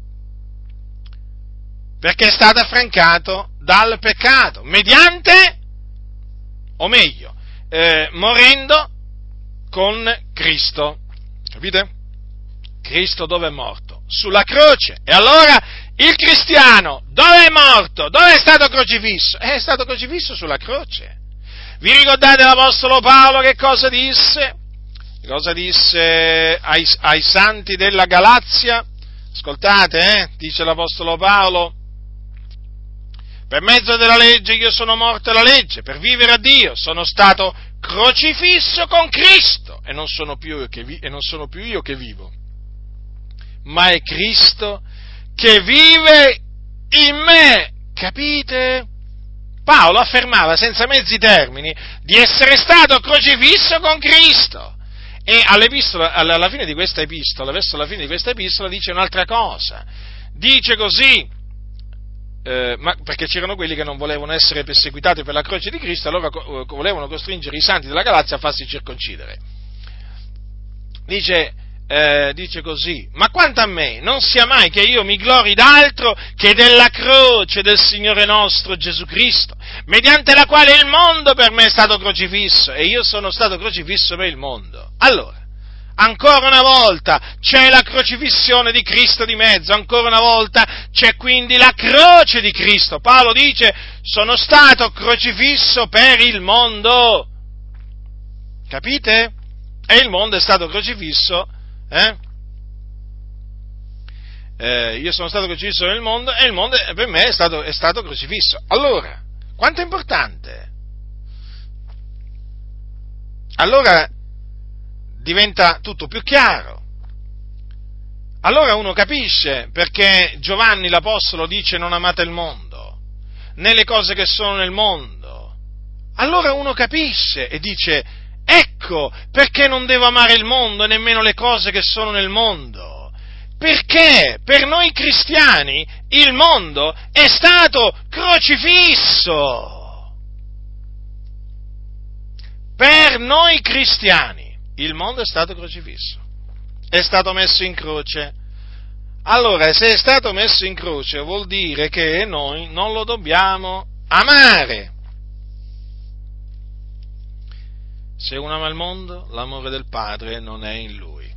perché è stato affrancato dal peccato, mediante, o meglio, eh, morendo con Cristo. Capite? Cristo dove è morto? Sulla croce. E allora il cristiano dove è morto? Dove è stato crocifisso? È stato crocifisso sulla croce. Vi ricordate l'Apostolo Paolo che cosa disse? Cosa disse ai, ai santi della Galazia? Ascoltate, eh? Dice l'Apostolo Paolo: per mezzo della legge io sono morto alla legge, per vivere a Dio sono stato crocifisso con Cristo, e non sono più io che, vi, e non sono più io che vivo, ma è Cristo che vive in me. Capite? Paolo affermava senza mezzi termini di essere stato crocifisso con Cristo. E all'epistola, alla fine di questa epistola, verso la fine di questa epistola, dice un'altra cosa. Dice così, eh, ma perché c'erano quelli che non volevano essere perseguitati per la croce di Cristo, allora co- volevano costringere i santi della Galazia a farsi circoncidere. Dice, eh, dice così: ma quanto a me, non sia mai che io mi glori d'altro che della croce del Signore nostro Gesù Cristo, mediante la quale il mondo per me è stato crocifisso, e io sono stato crocifisso per il mondo. Allora, ancora una volta c'è la crocifissione di Cristo di mezzo, ancora una volta c'è quindi la croce di Cristo. Paolo dice: sono stato crocifisso per il mondo. Capite? E il mondo è stato crocifisso, eh? Eh, io sono stato crocifisso per il mondo e il mondo per me è stato, è stato crocifisso. Allora, quanto è importante? Allora diventa tutto più chiaro. Allora uno capisce perché Giovanni l'Apostolo dice: non amate il mondo, né le cose che sono nel mondo. Allora uno capisce e dice: ecco perché non devo amare il mondo e nemmeno le cose che sono nel mondo. Perché per noi cristiani il mondo è stato crocifisso. Per noi cristiani il mondo è stato crocifisso, è stato messo in croce. Allora, se è stato messo in croce, vuol dire che noi non lo dobbiamo amare. Se uno ama il mondo, l'amore del Padre non è in lui.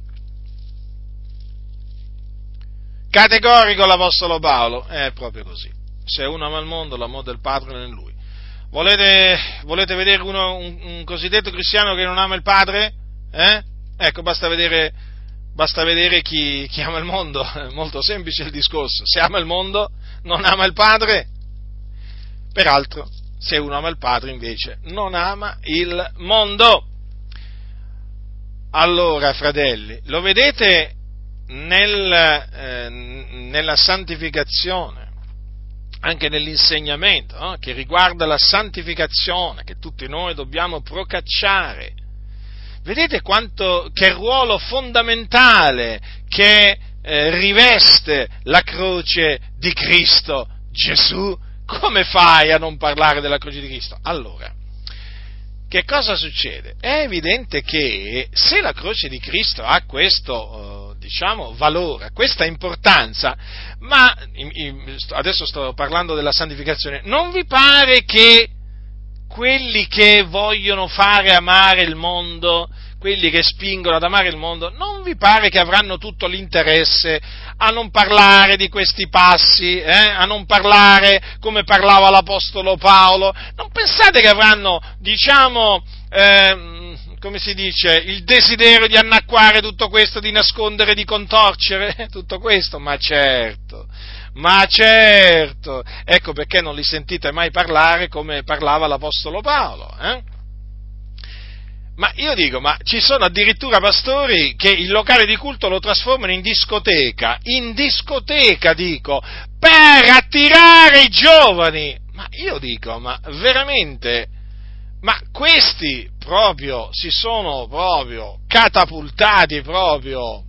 Categorico l'Apostolo Paolo, è proprio così. Se uno ama il mondo, l'amore del Padre non è in lui. Volete, volete vedere uno, un, un cosiddetto cristiano che non ama il padre? Eh? Ecco, basta vedere, basta vedere chi, chi ama il mondo, è molto semplice il discorso, se ama il mondo non ama il padre. Peraltro, se uno ama il padre invece non ama il mondo. Allora, fratelli, lo vedete nel, eh, nella santificazione, anche nell'insegnamento, no? Che riguarda la santificazione, che tutti noi dobbiamo procacciare. Vedete quanto, che ruolo fondamentale che eh, riveste la croce di Cristo Gesù. Come fai a non parlare della croce di Cristo? Allora, che cosa succede? È evidente che se la croce di Cristo ha questo, diciamo, valore, questa importanza, ma adesso sto parlando della santificazione, non vi pare che quelli che vogliono fare amare il mondo, quelli che spingono ad amare il mondo, non vi pare che avranno tutto l'interesse a non parlare di questi passi, eh? a non parlare come parlava l'Apostolo Paolo? Non pensate che avranno, diciamo, eh, come si dice, il desiderio di annacquare tutto questo, di nascondere, di contorcere tutto questo? Ma certo, ma certo, ecco perché non li sentite mai parlare come parlava l'Apostolo Paolo, eh? Ma io dico, ma ci sono addirittura pastori che il locale di culto lo trasformano in discoteca, in discoteca dico, per attirare i giovani. Ma io dico, ma veramente, ma questi proprio si sono proprio catapultati proprio,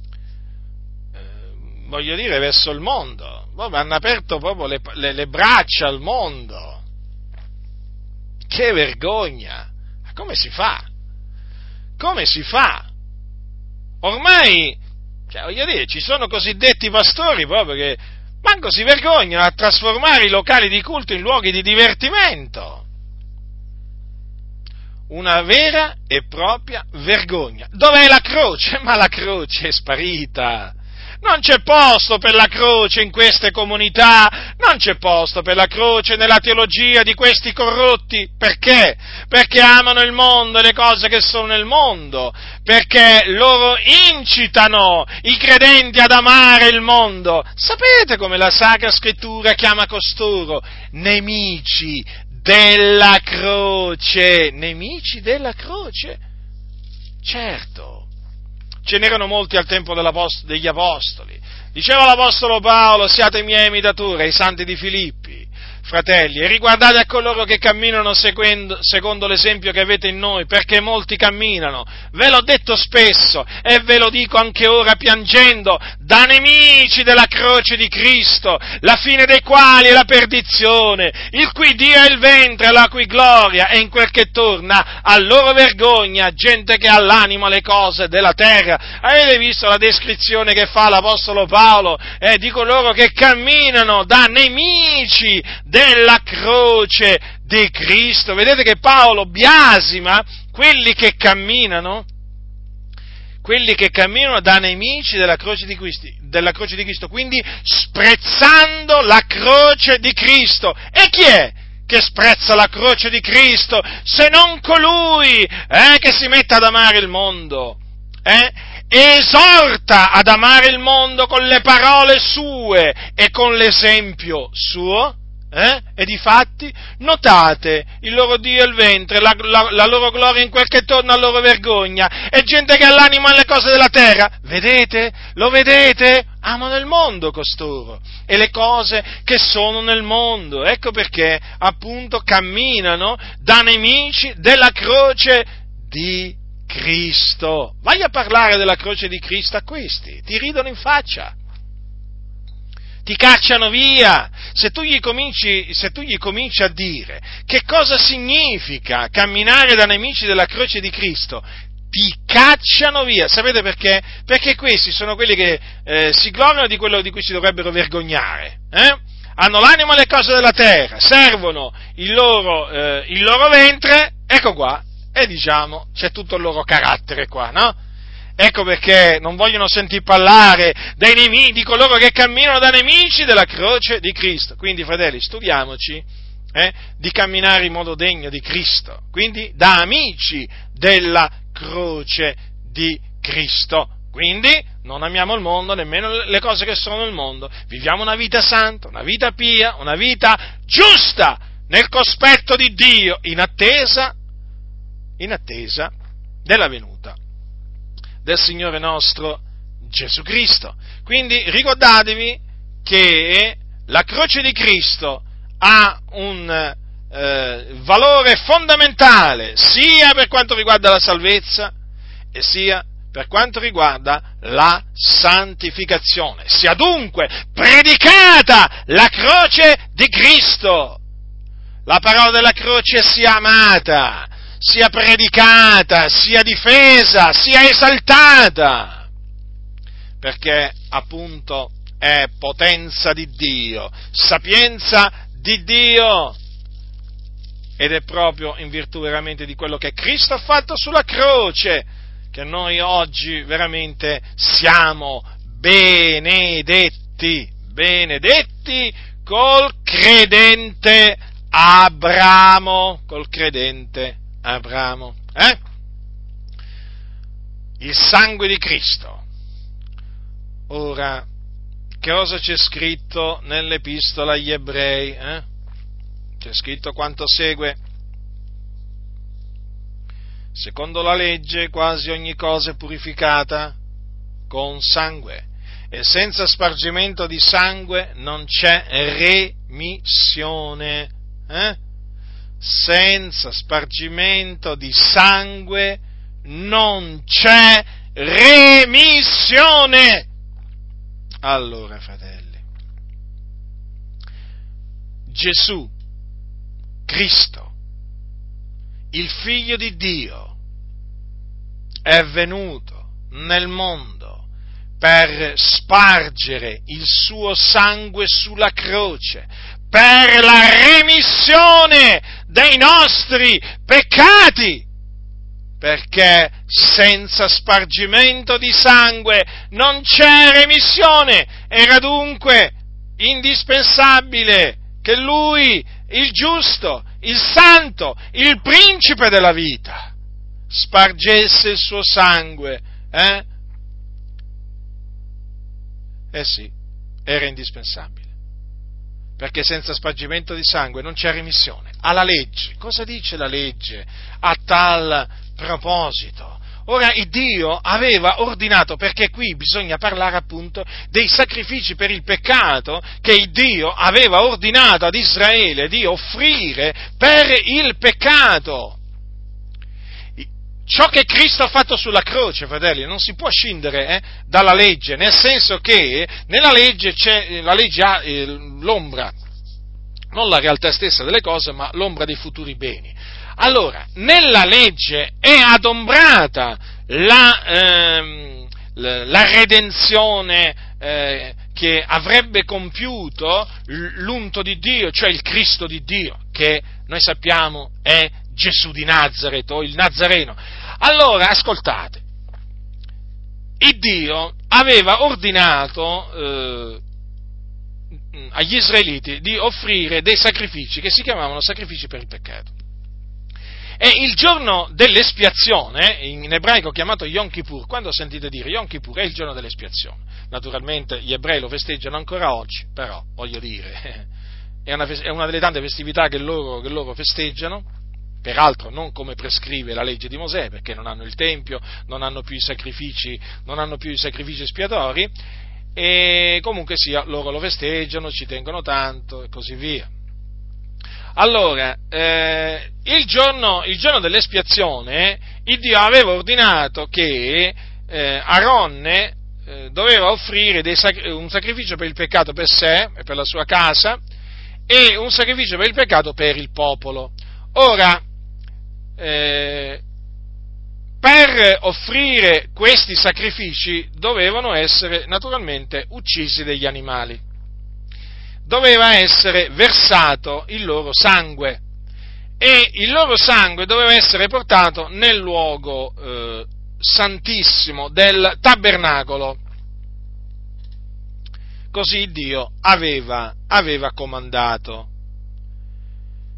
eh, voglio dire, verso il mondo, proprio hanno aperto proprio le, le, le braccia al mondo. Che vergogna! Ma come si fa? Come si fa? Ormai, cioè, voglio dire, ci sono cosiddetti pastori proprio che manco si vergognano a trasformare i locali di culto in luoghi di divertimento. Una vera e propria vergogna. Dov'è la croce? Ma la croce è sparita. Non c'è posto per la croce in queste comunità, non c'è posto per la croce nella teologia di questi corrotti. Perché? Perché amano il mondo e le cose che sono nel mondo, perché loro incitano i credenti ad amare il mondo. Sapete come la Sacra Scrittura chiama costoro? Nemici della croce. Nemici della croce? Certo. Ce n'erano molti al tempo degli Apostoli. Diceva l'Apostolo Paolo: siate miei imitatori, ai santi di Filippi, fratelli, e riguardate a coloro che camminano secondo, secondo l'esempio che avete in noi, perché molti camminano, ve l'ho detto spesso e ve lo dico anche ora piangendo, da nemici della croce di Cristo, la fine dei quali è la perdizione, il cui Dio è il ventre, la cui gloria è in quel che torna a loro vergogna, gente che ha l'animo alle cose della terra. Avete visto la descrizione che fa l'Apostolo Paolo eh, di coloro che camminano da nemici della croce di Cristo? Vedete che Paolo biasima quelli che camminano, quelli che camminano da nemici della croce di Cristo, della croce di Cristo, quindi sprezzando la croce di Cristo. E chi è che sprezza la croce di Cristo se non colui eh, che si mette ad amare il mondo? Eh? Esorta ad amare il mondo con le parole sue e con l'esempio suo. Eh? E difatti, notate, il loro Dio è il ventre, la, la, la loro gloria in quel che torna a loro vergogna, è gente che ha l'animo alle cose della terra. Vedete? Lo vedete? Amano il mondo costoro e le cose che sono nel mondo. Ecco perché appunto camminano da nemici della croce di Cristo. Vai a parlare della croce di Cristo a questi, ti ridono in faccia, ti cacciano via. Se tu gli cominci, se tu gli cominci a dire che cosa significa camminare da nemici della croce di Cristo, ti cacciano via. Sapete perché? Perché questi sono quelli che eh, si gloriano di quello di cui si dovrebbero vergognare, eh? Hanno l'animo alle cose della terra, servono il loro, eh, il loro ventre, ecco qua, e diciamo, c'è tutto il loro carattere qua, no? Ecco perché non vogliono sentir parlare dei nemici, di coloro che camminano da nemici della croce di Cristo. Quindi, fratelli, studiamoci eh, di camminare in modo degno di Cristo, quindi da amici della croce di Cristo. Quindi non amiamo il mondo, nemmeno le cose che sono nel mondo, viviamo una vita santa, una vita pia, una vita giusta nel cospetto di Dio, in attesa, in attesa della venuta del Signore nostro Gesù Cristo. Quindi ricordatevi che la croce di Cristo ha un eh, valore fondamentale sia per quanto riguarda la salvezza e sia per quanto riguarda la santificazione. Sia dunque predicata la croce di Cristo. La parola della croce sia amata, sia predicata, sia difesa, sia esaltata, perché appunto è potenza di Dio, sapienza di Dio, ed è proprio in virtù veramente di quello che Cristo ha fatto sulla croce che noi oggi veramente siamo benedetti, benedetti col credente Abramo, col credente Abramo, eh? Il sangue di Cristo. Ora, che cosa c'è scritto nell'Epistola agli Ebrei? Eh? C'è scritto quanto segue: secondo la legge quasi ogni cosa è purificata con sangue, e senza spargimento di sangue non c'è remissione. Eh? Senza spargimento di sangue non c'è remissione. Allora, fratelli, Gesù Cristo, il Figlio di Dio, è venuto nel mondo per spargere il suo sangue sulla croce, per la remissione dei nostri peccati, perché senza spargimento di sangue non c'è remissione. Era dunque indispensabile che Lui, il giusto, il santo, il principe della vita, spargesse il suo sangue. Eh? Eh sì, era indispensabile, perché senza spargimento di sangue non c'è remissione. Alla legge, cosa dice la legge a tal proposito? Ora, il Dio aveva ordinato, perché qui bisogna parlare appunto dei sacrifici per il peccato che il Dio aveva ordinato ad Israele di offrire per il peccato. Ciò che Cristo ha fatto sulla croce, fratelli, non si può scindere eh, dalla legge, nel senso che nella legge c'è, la legge ha eh, l'ombra, non la realtà stessa delle cose, ma l'ombra dei futuri beni. Allora, nella legge è adombrata la, ehm, la redenzione eh, che avrebbe compiuto l'unto di Dio, cioè il Cristo di Dio, che noi sappiamo è Gesù di Nazaret, o il Nazareno. Allora, ascoltate, il Dio aveva ordinato eh, agli israeliti di offrire dei sacrifici che si chiamavano sacrifici per il peccato. E il giorno dell'espiazione, in ebraico chiamato Yom Kippur, quando sentite dire Yom Kippur è il giorno dell'espiazione, naturalmente gli ebrei lo festeggiano ancora oggi, però, voglio dire, è una, è una delle tante festività che loro, che loro festeggiano, peraltro non come prescrive la legge di Mosè, perché non hanno il Tempio, non hanno più i sacrifici, non hanno più i sacrifici espiatori, e comunque sia, loro lo festeggiano, ci tengono tanto e così via. Allora, eh, il, giorno, il giorno dell'espiazione, il Dio aveva ordinato che eh, Aronne eh, doveva offrire dei sac- un sacrificio per il peccato per sé e per la sua casa, e un sacrificio per il peccato per il popolo. Ora, eh, per offrire questi sacrifici dovevano essere naturalmente uccisi degli animali, doveva essere versato il loro sangue, e il loro sangue doveva essere portato nel luogo eh, santissimo del tabernacolo, così Dio aveva, aveva comandato.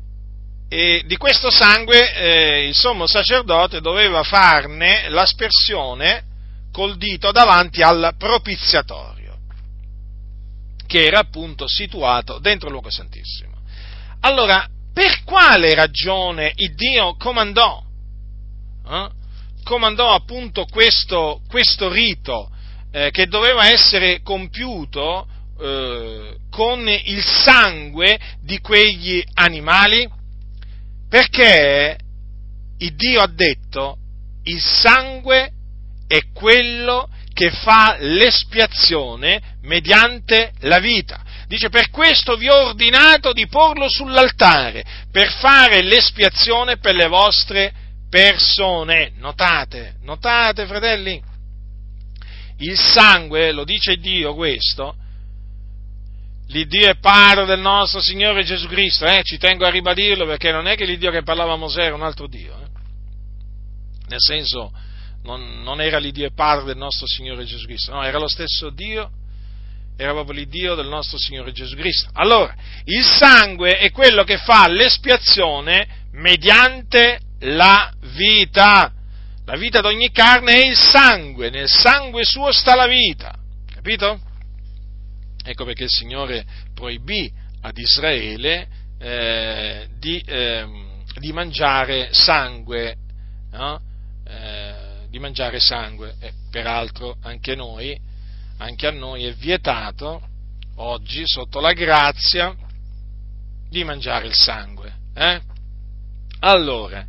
e di questo sangue eh, il sommo sacerdote doveva farne l'aspersione col dito davanti al propiziatorio, che era appunto situato dentro il luogo santissimo. Allora, per quale ragione il Dio comandò, eh, comandò appunto questo, questo rito eh, che doveva essere compiuto eh, con il sangue di quegli animali? Perché il Dio ha detto: il sangue è quello che fa l'espiazione mediante la vita. Dice: per questo vi ho ordinato di porlo sull'altare, per fare l'espiazione per le vostre persone. Notate, notate, fratelli, il sangue, lo dice Dio questo, l'Iddio è Padre del nostro Signore Gesù Cristo, eh? Ci tengo a ribadirlo, perché non è che l'Iddio che parlava a Mosè era un altro Dio, eh? Nel senso, non, non era l'Iddio e Padre del nostro Signore Gesù Cristo, no, era lo stesso Dio, era proprio l'Iddio del nostro Signore Gesù Cristo. Allora, il sangue è quello che fa l'espiazione mediante la vita. La vita d'ogni carne è il sangue, nel sangue suo sta la vita, capito? Ecco perché il Signore proibì ad Israele eh, di, eh, di mangiare sangue, no? eh, di mangiare sangue. E peraltro anche noi, anche a noi è vietato oggi, sotto la grazia, di mangiare il sangue. Eh? Allora,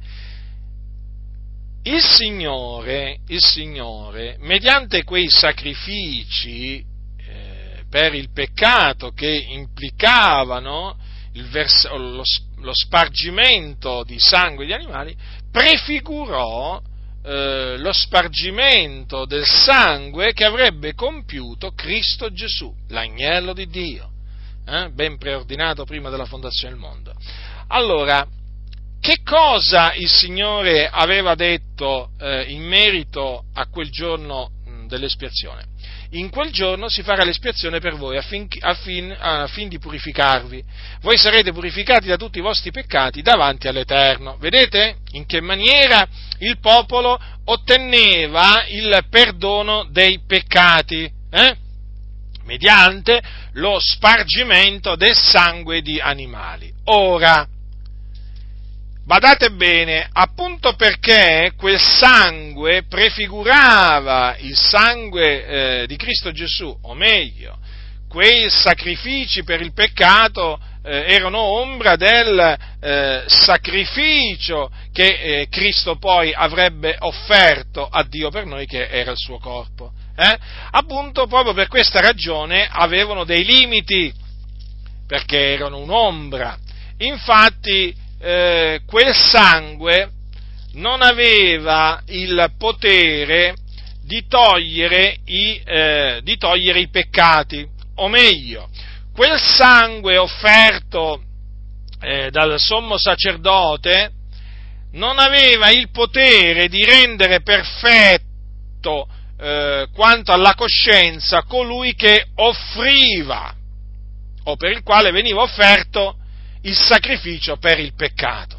il Signore, il Signore, mediante quei sacrifici per il peccato che implicavano il vers- lo, lo spargimento di sangue di animali, prefigurò eh, lo spargimento del sangue che avrebbe compiuto Cristo Gesù, l'agnello di Dio, eh, ben preordinato prima della fondazione del mondo. Allora, che cosa il Signore aveva detto eh, in merito a quel giorno mh, dell'espiazione? In quel giorno si farà l'espiazione per voi, affin, affin, affin di purificarvi. Voi sarete purificati da tutti i vostri peccati davanti all'Eterno. Vedete in che maniera il popolo otteneva il perdono dei peccati? Eh? Mediante lo spargimento del sangue di animali. Ora, badate bene, appunto perché quel sangue prefigurava il sangue eh, di Cristo Gesù, o meglio, quei sacrifici per il peccato eh, erano ombra del eh, sacrificio che eh, Cristo poi avrebbe offerto a Dio per noi, che era il suo corpo. Eh? Appunto, proprio per questa ragione avevano dei limiti, perché erano un'ombra. Infatti, Eh, quel sangue non aveva il potere di togliere i, eh, di togliere i peccati, o meglio, quel sangue offerto eh, dal sommo sacerdote non aveva il potere di rendere perfetto eh, quanto alla coscienza colui che offriva, o per il quale veniva offerto il sacrificio per il peccato.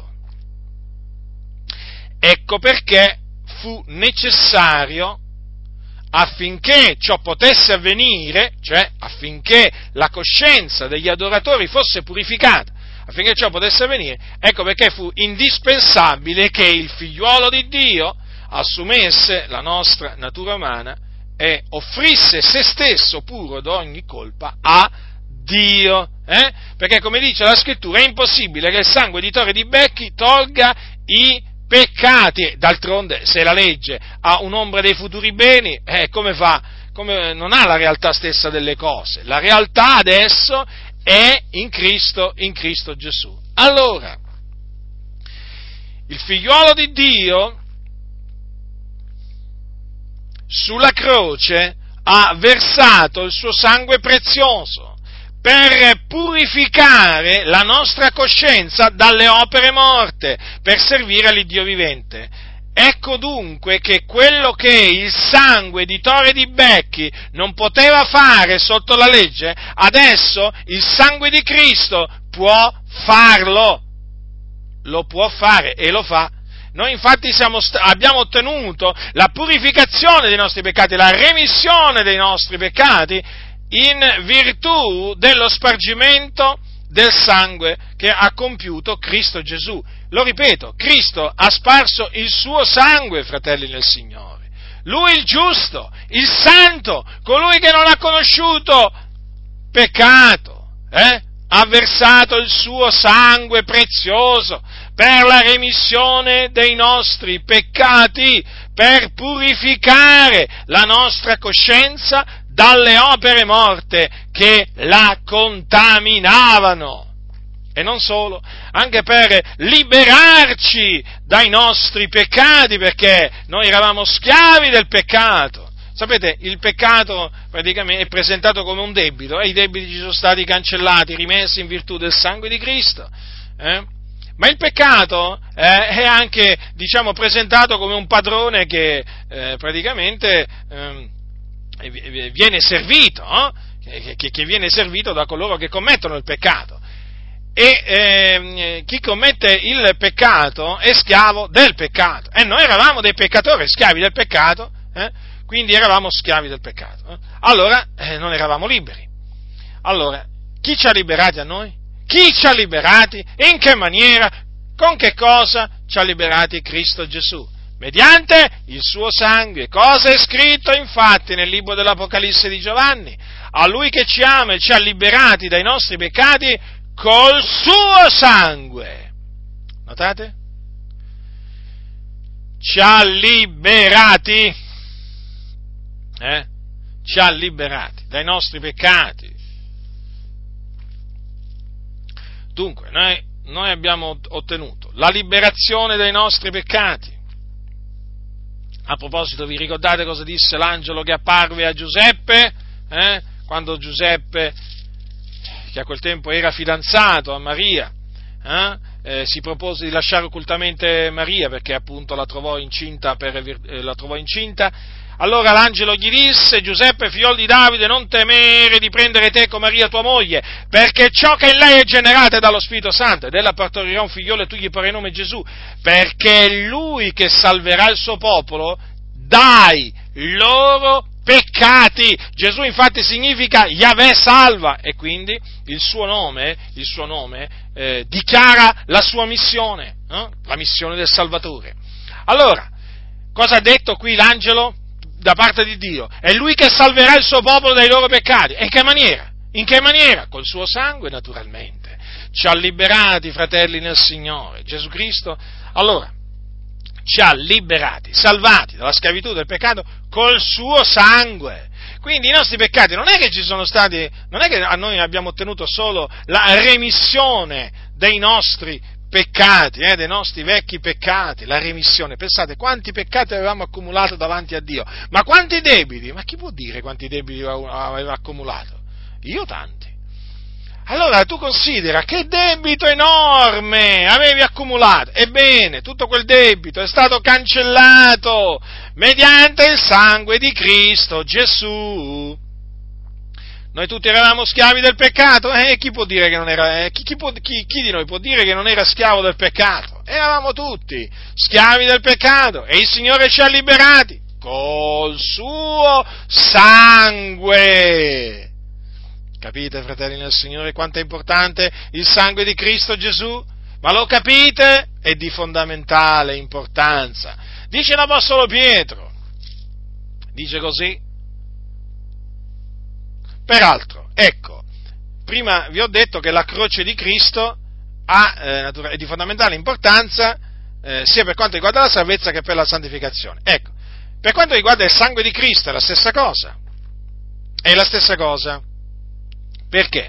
Ecco perché fu necessario, affinché ciò potesse avvenire, cioè affinché la coscienza degli adoratori fosse purificata, affinché ciò potesse avvenire, ecco perché fu indispensabile che il figliuolo di Dio assumesse la nostra natura umana e offrisse se stesso puro da ogni colpa a Dio, eh? Perché come dice la scrittura è impossibile che il sangue di tori e di becchi tolga i peccati. D'altronde, se la legge ha un'ombra dei futuri beni, eh, come fa? Come, non ha la realtà stessa delle cose. La realtà adesso è in Cristo, in Cristo Gesù. Allora, il figliuolo di Dio sulla croce ha versato il suo sangue prezioso per purificare la nostra coscienza dalle opere morte, per servire all'Iddio vivente. Ecco dunque che quello che il sangue di tori e di becchi non poteva fare sotto la legge, adesso il sangue di Cristo può farlo. lo può fare e lo fa. Noi infatti siamo, abbiamo ottenuto la purificazione dei nostri peccati, la remissione dei nostri peccati in virtù dello spargimento del sangue che ha compiuto Cristo Gesù. Lo ripeto, Cristo ha sparso il suo sangue, fratelli nel Signore. Lui il giusto, il santo, colui che non ha conosciuto peccato, eh? ha versato il suo sangue prezioso per la remissione dei nostri peccati, per purificare la nostra coscienza dalle opere morte che la contaminavano. E non solo, anche per liberarci dai nostri peccati, perché noi eravamo schiavi del peccato. Sapete, il peccato praticamente è presentato come un debito, e i debiti ci sono stati cancellati, rimessi in virtù del sangue di Cristo. Eh? Ma il peccato eh, è anche, diciamo, presentato come un padrone che eh, praticamente eh, viene servito, no? che, che, che viene servito da coloro che commettono il peccato. E eh, chi commette il peccato è schiavo del peccato. E noi eravamo dei peccatori, schiavi del peccato, eh? quindi eravamo schiavi del peccato. Eh? Allora eh, non eravamo liberi. Allora, chi ci ha liberati a noi? Chi ci ha liberati? In che maniera? Con che cosa ci ha liberati Cristo Gesù? Mediante il suo sangue. Cosa è scritto infatti nel libro dell'Apocalisse di Giovanni? A Lui che ci ama e ci ha liberati dai nostri peccati col suo sangue. Notate? Ci ha liberati, eh? Ci ha liberati dai nostri peccati. Dunque, noi, noi abbiamo ottenuto la liberazione dai nostri peccati. A proposito, vi ricordate cosa disse l'angelo che apparve a Giuseppe? Eh? Quando Giuseppe, che a quel tempo era fidanzato a Maria, eh? Eh, si propose di lasciare occultamente Maria perché appunto la trovò incinta, per, eh, la trovò incinta. Allora l'angelo gli disse: Giuseppe, figliol di Davide, non temere di prendere te con Maria tua moglie, perché ciò che in lei è generato è dallo Spirito Santo, ed ella partorirà un figliolo e tu gli porrai nome Gesù, perché è lui che salverà il suo popolo dai loro peccati. Gesù infatti significa Yahweh salva, e quindi il suo nome, il suo nome eh, dichiara la sua missione, eh? la missione del Salvatore. Allora, cosa ha detto qui l'angelo da parte di Dio? È lui che salverà il suo popolo dai loro peccati. E in che maniera? In che maniera? Col suo sangue, naturalmente. Ci ha liberati, fratelli nel Signore, Gesù Cristo. Allora, ci ha liberati, salvati dalla schiavitù del peccato col suo sangue. Quindi i nostri peccati non è che ci sono stati, non è che a noi abbiamo ottenuto solo la remissione dei nostri peccati, eh, dei nostri vecchi peccati, la remissione. Pensate quanti peccati avevamo accumulato davanti a Dio, ma quanti debiti? Ma chi può dire quanti debiti aveva accumulato? Io tanti. Allora tu considera che debito enorme avevi accumulato. Ebbene, tutto quel debito è stato cancellato mediante il sangue di Cristo Gesù. Noi tutti eravamo schiavi del peccato, e eh, chi può dire che non era, eh, chi, chi, può, chi, chi di noi può dire che non era schiavo del peccato? Eravamo tutti schiavi del peccato, e il Signore ci ha liberati col suo sangue. Capite, fratelli nel Signore, quanto è importante il sangue di Cristo Gesù? Ma lo capite? È di fondamentale importanza. Dice l'Apostolo Pietro, dice così. Peraltro, ecco, prima vi ho detto che la croce di Cristo ha, eh, è di fondamentale importanza eh, sia per quanto riguarda la salvezza che per la santificazione. Ecco, per quanto riguarda il sangue di Cristo è la stessa cosa. È la stessa cosa. Perché?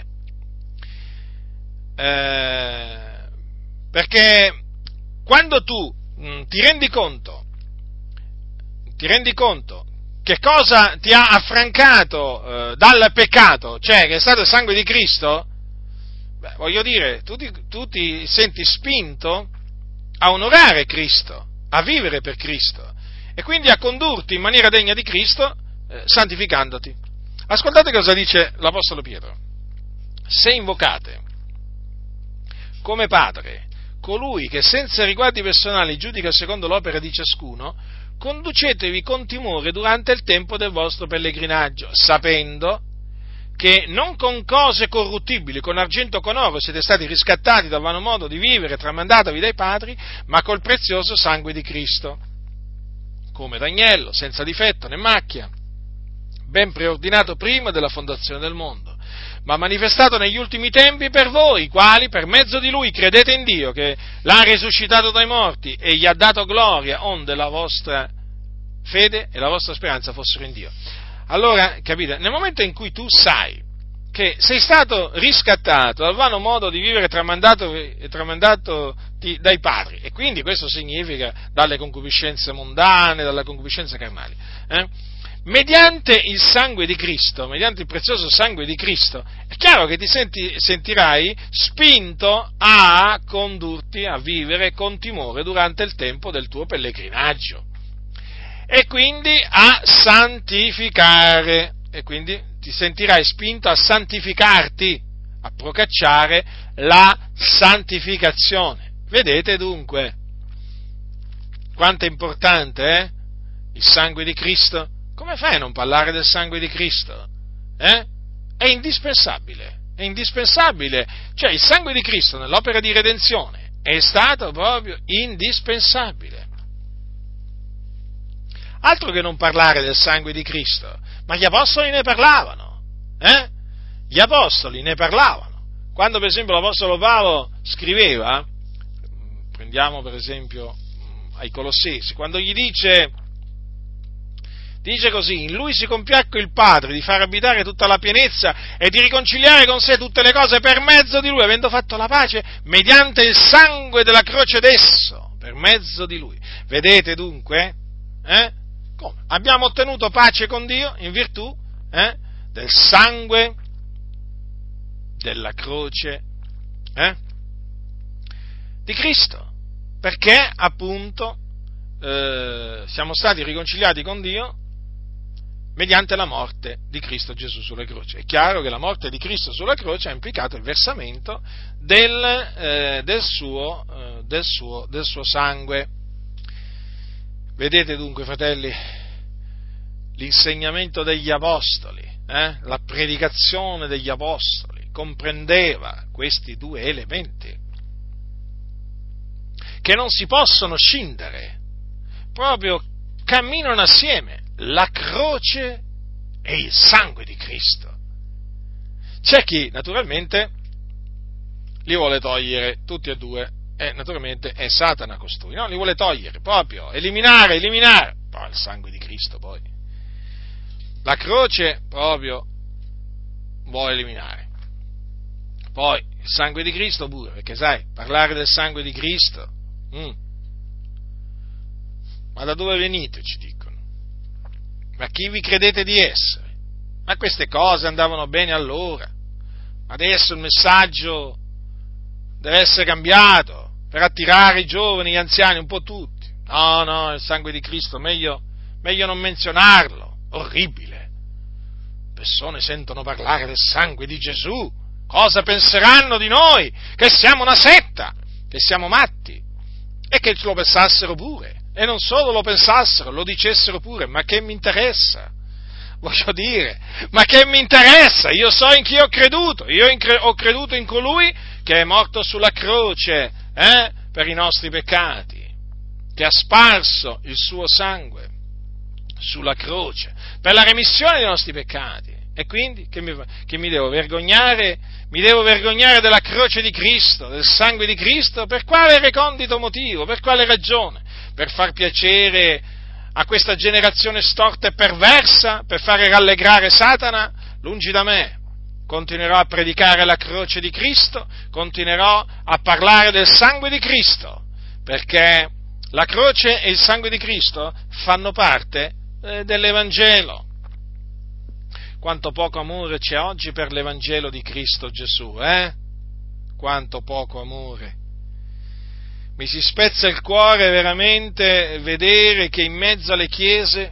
Eh, perché quando tu mh, ti rendi conto, ti rendi conto che cosa ti ha affrancato eh, dal peccato, cioè che è stato il sangue di Cristo, beh, voglio dire, tu ti, tu ti senti spinto a onorare Cristo, a vivere per Cristo, e quindi a condurti in maniera degna di Cristo, eh, santificandoti. Ascoltate cosa dice l'Apostolo Pietro. Se invocate come Padre colui che senza riguardi personali giudica secondo l'opera di ciascuno, conducetevi con timore durante il tempo del vostro pellegrinaggio, sapendo che non con cose corruttibili, con argento o con oro siete stati riscattati dal vano modo di vivere tramandatavi dai padri, ma col prezioso sangue di Cristo, come d'agnello, senza difetto né macchia, ben preordinato prima della fondazione del mondo, ma manifestato negli ultimi tempi per voi, i quali per mezzo di Lui credete in Dio, che l'ha risuscitato dai morti e gli ha dato gloria, onde la vostra fede e la vostra speranza fossero in Dio. Allora, capite, nel momento in cui tu sai che sei stato riscattato dal vano modo di vivere tramandato, tramandato dai padri, e quindi questo significa dalle concupiscenze mondane, dalle concupiscenze carnali, eh? mediante il sangue di Cristo, mediante il prezioso sangue di Cristo, è chiaro che ti senti, sentirai spinto a condurti a vivere con timore durante il tempo del tuo pellegrinaggio. E quindi a santificare, e quindi ti sentirai spinto a santificarti, a procacciare la santificazione. Vedete dunque quanto è importante eh? il sangue di Cristo? Come fai a non parlare del sangue di Cristo? Eh? È indispensabile, è indispensabile, cioè il sangue di Cristo nell'opera di redenzione è stato proprio indispensabile. Altro che non parlare del sangue di Cristo, ma gli apostoli ne parlavano, eh? Gli apostoli ne parlavano. Quando per esempio l'apostolo Paolo scriveva, prendiamo per esempio ai Colossesi, quando gli dice, dice così: in lui si compiacque il Padre di far abitare tutta la pienezza e di riconciliare con sé tutte le cose per mezzo di lui, avendo fatto la pace mediante il sangue della croce d'esso, per mezzo di lui. Vedete dunque, eh? Come? Abbiamo ottenuto pace con Dio in virtù eh, del sangue della croce eh, di Cristo, perché appunto eh, siamo stati riconciliati con Dio mediante la morte di Cristo Gesù sulla croce. È chiaro che la morte di Cristo sulla croce ha implicato il versamento del, eh, del, suo, eh, del, suo, del suo sangue. Vedete dunque, fratelli, l'insegnamento degli apostoli, eh, la predicazione degli apostoli comprendeva questi due elementi che non si possono scindere, proprio camminano assieme, la croce e il sangue di Cristo. C'è chi naturalmente li vuole togliere tutti e due, e naturalmente è Satana costui, no? Li vuole togliere, proprio, eliminare, eliminare, poi il sangue di Cristo poi, la croce proprio vuole eliminare, poi il sangue di Cristo pure, perché sai, parlare del sangue di Cristo, mm, ma da dove venite, ci dicono, ma chi vi credete di essere? Ma queste cose andavano bene allora, adesso il messaggio deve essere cambiato per attirare i giovani, gli anziani, un po' tutti. No, no, il sangue di Cristo, meglio, meglio non menzionarlo, orribile. Persone sentono parlare del sangue di Gesù, cosa penseranno di noi? Che siamo una setta, che siamo matti, e che lo pensassero pure, e non solo lo pensassero, lo dicessero pure, ma che mi interessa? Voglio dire, ma che mi interessa? Io so in chi ho creduto, io ho creduto in colui che è morto sulla croce, eh, per i nostri peccati, che ha sparso il suo sangue sulla croce, per la remissione dei nostri peccati. E quindi, che mi, che mi devo vergognare? Mi devo vergognare della croce di Cristo, del sangue di Cristo? Per quale recondito motivo? Per quale ragione? Per far piacere a questa generazione storta e perversa? Per fare rallegrare Satana? Lungi da me. Continuerò a predicare la croce di Cristo, continuerò a parlare del sangue di Cristo, perché la croce e il sangue di Cristo fanno parte eh, dell'Evangelo. Quanto poco amore c'è oggi per l'Evangelo di Cristo Gesù, eh? Quanto poco amore. Mi si spezza il cuore veramente vedere che in mezzo alle chiese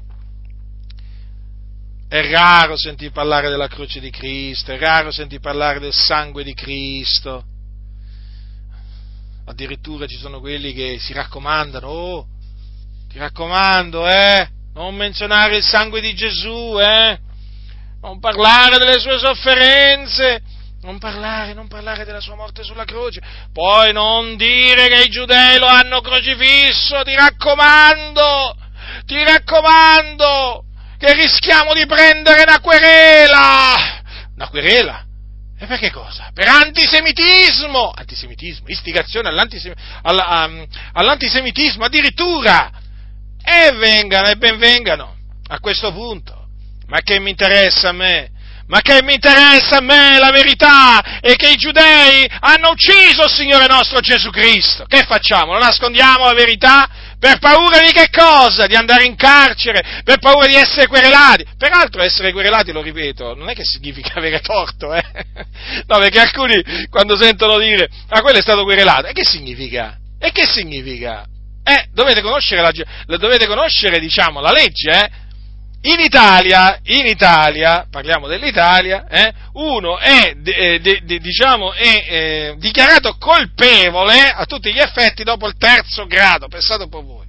è raro sentir parlare della croce di Cristo, è raro sentir parlare del sangue di Cristo. addirittura ci sono quelli che si raccomandano, oh, ti raccomando, eh, non menzionare il sangue di Gesù, eh, non parlare delle sue sofferenze, non parlare, non parlare della sua morte sulla croce, poi non dire che i giudei lo hanno crocifisso, ti raccomando, ti raccomando, che rischiamo di prendere una querela, una querela? E per che cosa? Per antisemitismo, antisemitismo, istigazione all'antisem- all- all'antisemitismo addirittura, e vengano, e ben vengano, a questo punto, ma che mi interessa a me? Ma che mi interessa a me? La verità è che i giudei hanno ucciso il Signore nostro Gesù Cristo. Che facciamo? Lo nascondiamo la verità? Per paura di che cosa? Di andare in carcere? Per paura di essere querelati? Peraltro essere querelati, lo ripeto, non è che significa avere torto, eh? No, perché alcuni quando sentono dire, ah, quello è stato querelato, e che significa? E che significa? Eh, dovete conoscere, la, dovete conoscere, diciamo, la legge, eh? In Italia, in Italia, parliamo dell'Italia, eh, uno è, de, de, de, diciamo, è eh, dichiarato colpevole a tutti gli effetti dopo il terzo grado, pensate un po' voi.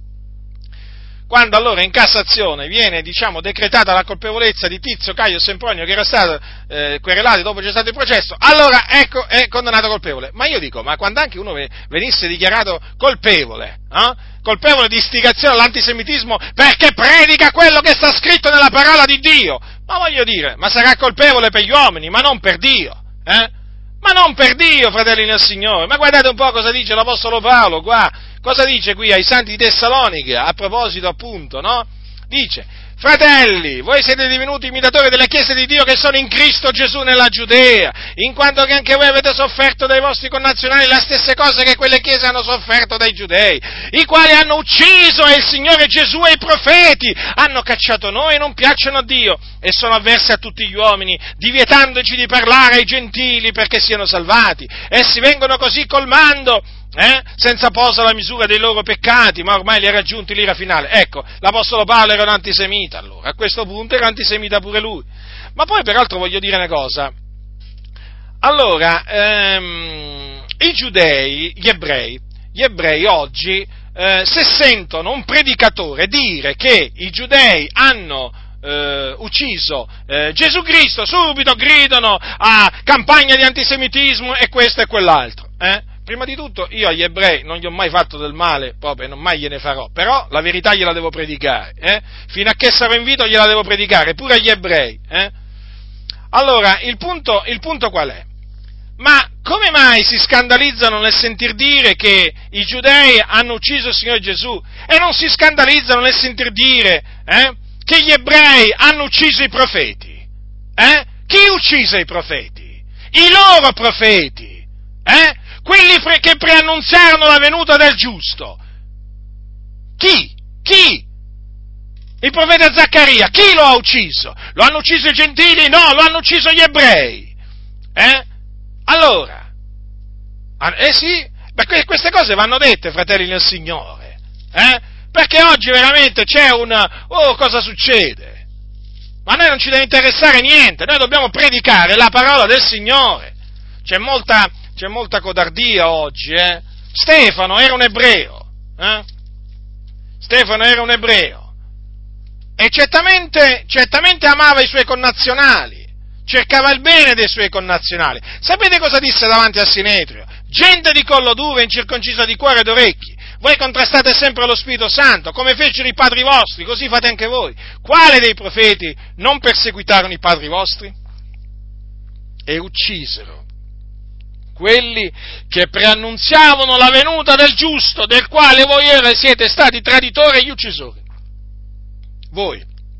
Quando allora in Cassazione viene, diciamo, decretata la colpevolezza di Tizio, Caio, Sempronio, che era stato eh, querelato dopo c'è stato il processo, allora ecco, è condannato colpevole. Ma io dico, ma quando anche uno venisse dichiarato colpevole, eh, colpevole di istigazione all'antisemitismo perché predica quello che sta scritto nella parola di Dio, ma voglio dire, ma sarà colpevole per gli uomini, ma non per Dio, eh? Ma non per Dio, fratelli nel Signore, ma guardate un po' cosa dice l'Apostolo Paolo qua, cosa dice qui ai santi di Tessalonica, a proposito appunto, no? Dice, fratelli, voi siete divenuti imitatori delle chiese di Dio che sono in Cristo Gesù nella Giudea, in quanto che anche voi avete sofferto dai vostri connazionali le stesse cose che quelle chiese hanno sofferto dai giudei, i quali hanno ucciso il Signore Gesù e i profeti, hanno cacciato noi e non piacciono a Dio, e sono avversi a tutti gli uomini, divietandoci di parlare ai gentili perché siano salvati. Essi vengono così colmando, eh, senza posa la misura dei loro peccati, ma ormai li ha raggiunti l'ira finale. Ecco, l'Apostolo Paolo era un antisemita, allora, a questo punto era antisemita pure lui. Ma poi, peraltro, voglio dire una cosa. Allora, ehm, i giudei, gli ebrei, gli ebrei oggi, eh, se sentono un predicatore dire che i giudei hanno Eh, ucciso eh, Gesù Cristo, subito gridano a campagna di antisemitismo e questo e quell'altro. Eh? Prima di tutto, io agli ebrei non gli ho mai fatto del male, proprio, non mai gliene farò, però la verità gliela devo predicare, eh? Fino a che sarò in vita gliela devo predicare, pure agli ebrei. Eh? Allora, il punto, il punto qual è? Ma come mai si scandalizzano nel sentir dire che i giudei hanno ucciso il Signore Gesù e non si scandalizzano nel sentir dire, eh? che gli ebrei hanno ucciso i profeti? Eh? Chi uccise i profeti? I loro profeti, eh? Quelli pre- che preannunziarono la venuta del giusto. Chi? Chi? Il profeta Zaccaria, chi lo ha ucciso? Lo hanno ucciso i gentili? No, lo hanno ucciso gli ebrei. Eh? Allora, eh sì, perché queste cose vanno dette, fratelli nel Signore, eh? Perché oggi veramente c'è una, oh, cosa succede? Ma a noi non ci deve interessare niente, noi dobbiamo predicare la parola del Signore. C'è molta, c'è molta codardia oggi, eh? Stefano era un ebreo, eh? Stefano era un ebreo, e certamente, certamente amava i suoi connazionali, cercava il bene dei suoi connazionali. Sapete cosa disse davanti al Sinedrio? Gente di collo duro, incirconcisa di cuore ed orecchi, voi contrastate sempre lo Spirito Santo, come fecero i padri vostri, così fate anche voi. Quale dei profeti non perseguitarono i padri vostri? E uccisero quelli che preannunziavano la venuta del giusto, del quale voi siete stati traditori e gli uccisori. Voi,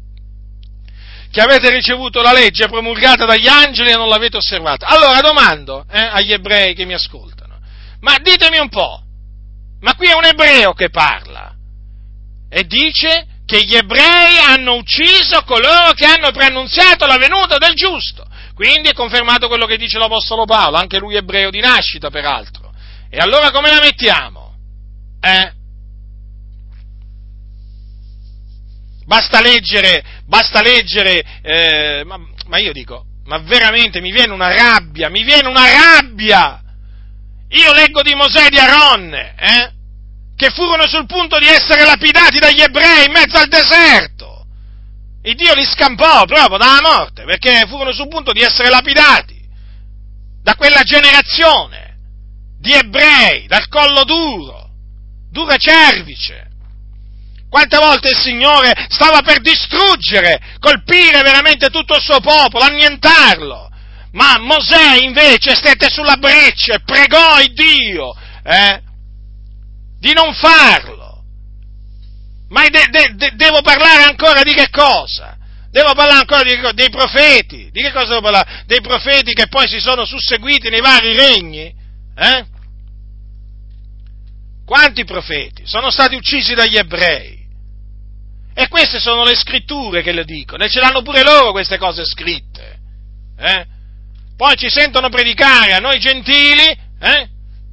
che avete ricevuto la legge promulgata dagli angeli e non l'avete osservata. Allora domando eh, agli ebrei che mi ascoltano, ma ditemi un po', ma qui è un ebreo che parla e dice che gli ebrei hanno ucciso coloro che hanno preannunziato la venuta del giusto. Quindi è confermato quello che dice l'Apostolo Paolo, anche lui ebreo di nascita peraltro. E allora come la mettiamo? Eh? Basta leggere, basta leggere, eh, ma, ma io dico, ma veramente mi viene una rabbia, mi viene una rabbia! Io leggo di Mosè e di Aronne, eh? Che furono sul punto di essere lapidati dagli ebrei in mezzo al deserto. Il Dio li scampò proprio dalla morte, perché furono sul punto di essere lapidati da quella generazione di ebrei, dal collo duro, dura cervice. Quante volte il Signore stava per distruggere, colpire veramente tutto il suo popolo, annientarlo, ma Mosè invece stette sulla breccia e pregò il Dio eh, di non farlo. Ma de- de- de- devo parlare ancora di che cosa? Devo parlare ancora di, dei profeti. Di che cosa devo parlare? Dei profeti che poi si sono susseguiti nei vari regni? Eh? Quanti profeti sono stati uccisi dagli ebrei? E queste sono le scritture che le dicono, e ce l'hanno pure loro queste cose scritte. Eh? Poi ci sentono predicare a noi gentili, eh?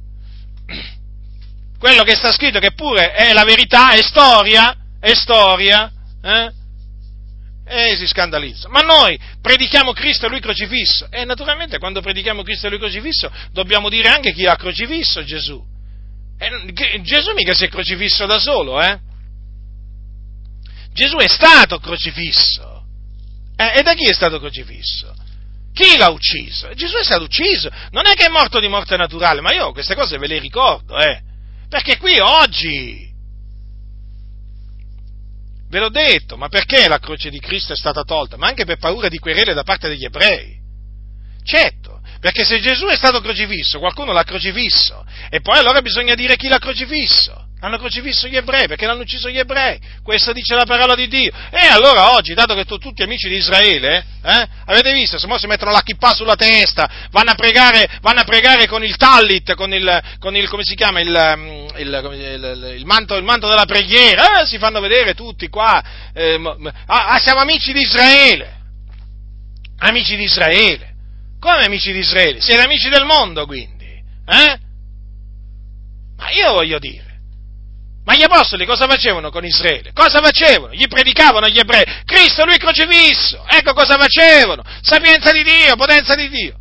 Quello che sta scritto, che pure è la verità, è storia, è storia, eh? E si scandalizza. Ma noi predichiamo Cristo e Lui crocifisso, e naturalmente quando predichiamo Cristo e Lui crocifisso dobbiamo dire anche chi ha crocifisso Gesù. E Gesù mica si è crocifisso da solo, eh? Gesù è stato crocifisso. Eh, e da chi è stato crocifisso? Chi l'ha ucciso? Gesù è stato ucciso. Non è che è morto di morte naturale, ma io queste cose ve le ricordo, eh. Perché qui oggi, ve l'ho detto, ma perché la croce di Cristo è stata tolta? Ma anche per paura di querele da parte degli ebrei. Certo, perché se Gesù è stato crocifisso, qualcuno l'ha crocifisso, e poi allora bisogna dire chi l'ha crocifisso. Hanno crocifisso gli ebrei, perché l'hanno ucciso gli ebrei. Questo dice la parola di Dio. E allora oggi, dato che tu, tutti amici di Israele, eh, avete visto, se mo si mettono la kippah sulla testa, vanno a pregare, vanno a pregare con il tallit, con il, con il come si chiama, il, il, il, il, manto, il manto della preghiera, eh, si fanno vedere tutti qua, eh, ah, siamo amici di Israele. Amici di Israele. Come amici di Israele? Siete amici del mondo, quindi, eh? Ma io voglio dire, ma gli apostoli cosa facevano con Israele? Cosa facevano? Gli predicavano agli ebrei, Cristo lui crocifisso, ecco cosa facevano, sapienza di Dio, potenza di Dio.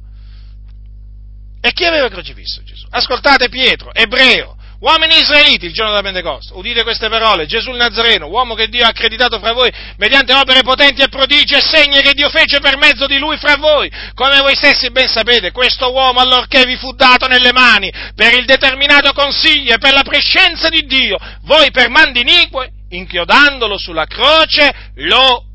E chi aveva crocifisso Gesù? Ascoltate Pietro, ebreo, uomini israeliti il giorno della Pentecoste, udite queste parole, Gesù il Nazareno, uomo che Dio ha accreditato fra voi mediante opere potenti e prodigi e segni che Dio fece per mezzo di lui fra voi, come voi stessi ben sapete, questo uomo allorché vi fu dato nelle mani per il determinato consiglio e per la prescienza di Dio, voi per mandi inique, inchiodandolo sulla croce, lo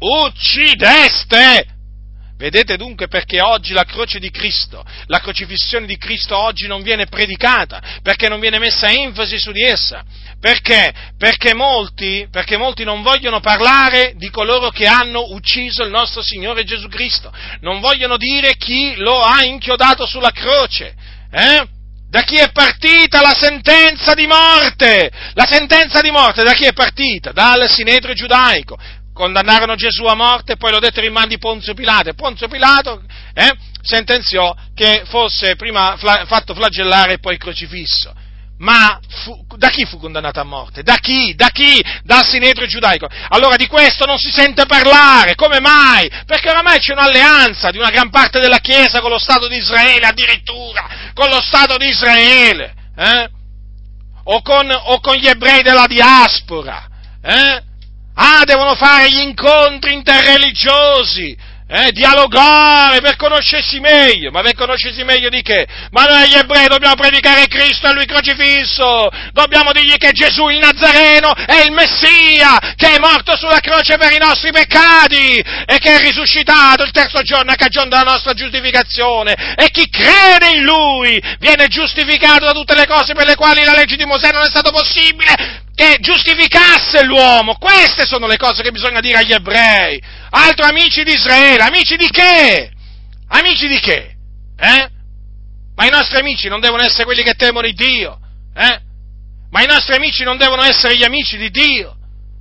uccideste. Vedete dunque perché oggi la croce di Cristo, la crocifissione di Cristo oggi non viene predicata, perché non viene messa enfasi su di essa. Perché? Perché molti, perché molti non vogliono parlare di coloro che hanno ucciso il nostro Signore Gesù Cristo, non vogliono dire chi lo ha inchiodato sulla croce, eh? Da chi è partita la sentenza di morte? La sentenza di morte da chi è partita? Dal Sinedrio giudaico. Condannarono Gesù a morte e poi lo dettero in mano di Ponzio Pilato, e Ponzio Pilato eh, sentenziò che fosse prima fla- fatto flagellare e poi crocifisso. Ma fu, da chi fu condannato a morte? Da chi? Da chi? Dal Sinedrio giudaico. Allora di questo non si sente parlare, come mai? Perché oramai c'è un'alleanza di una gran parte della Chiesa con lo Stato di Israele, addirittura con lo Stato di Israele, eh? o, con, o con gli ebrei della diaspora, eh? Ah, devono fare gli incontri interreligiosi, eh, dialogare per conoscersi meglio, ma per conoscersi meglio di che? Ma noi agli ebrei dobbiamo predicare Cristo e Lui crocifisso, dobbiamo dirgli che Gesù il Nazareno è il Messia, che è morto sulla croce per i nostri peccati e che è risuscitato il terzo giorno a cagione della nostra giustificazione, e chi crede in Lui viene giustificato da tutte le cose per le quali la legge di Mosè non è stato possibile che giustificasse l'uomo. Queste sono le cose che bisogna dire agli ebrei. Altro amici di Israele, amici di che? Amici di che? Eh? Ma i nostri amici non devono essere quelli che temono il Dio, eh? Ma i nostri amici non devono essere gli amici di Dio.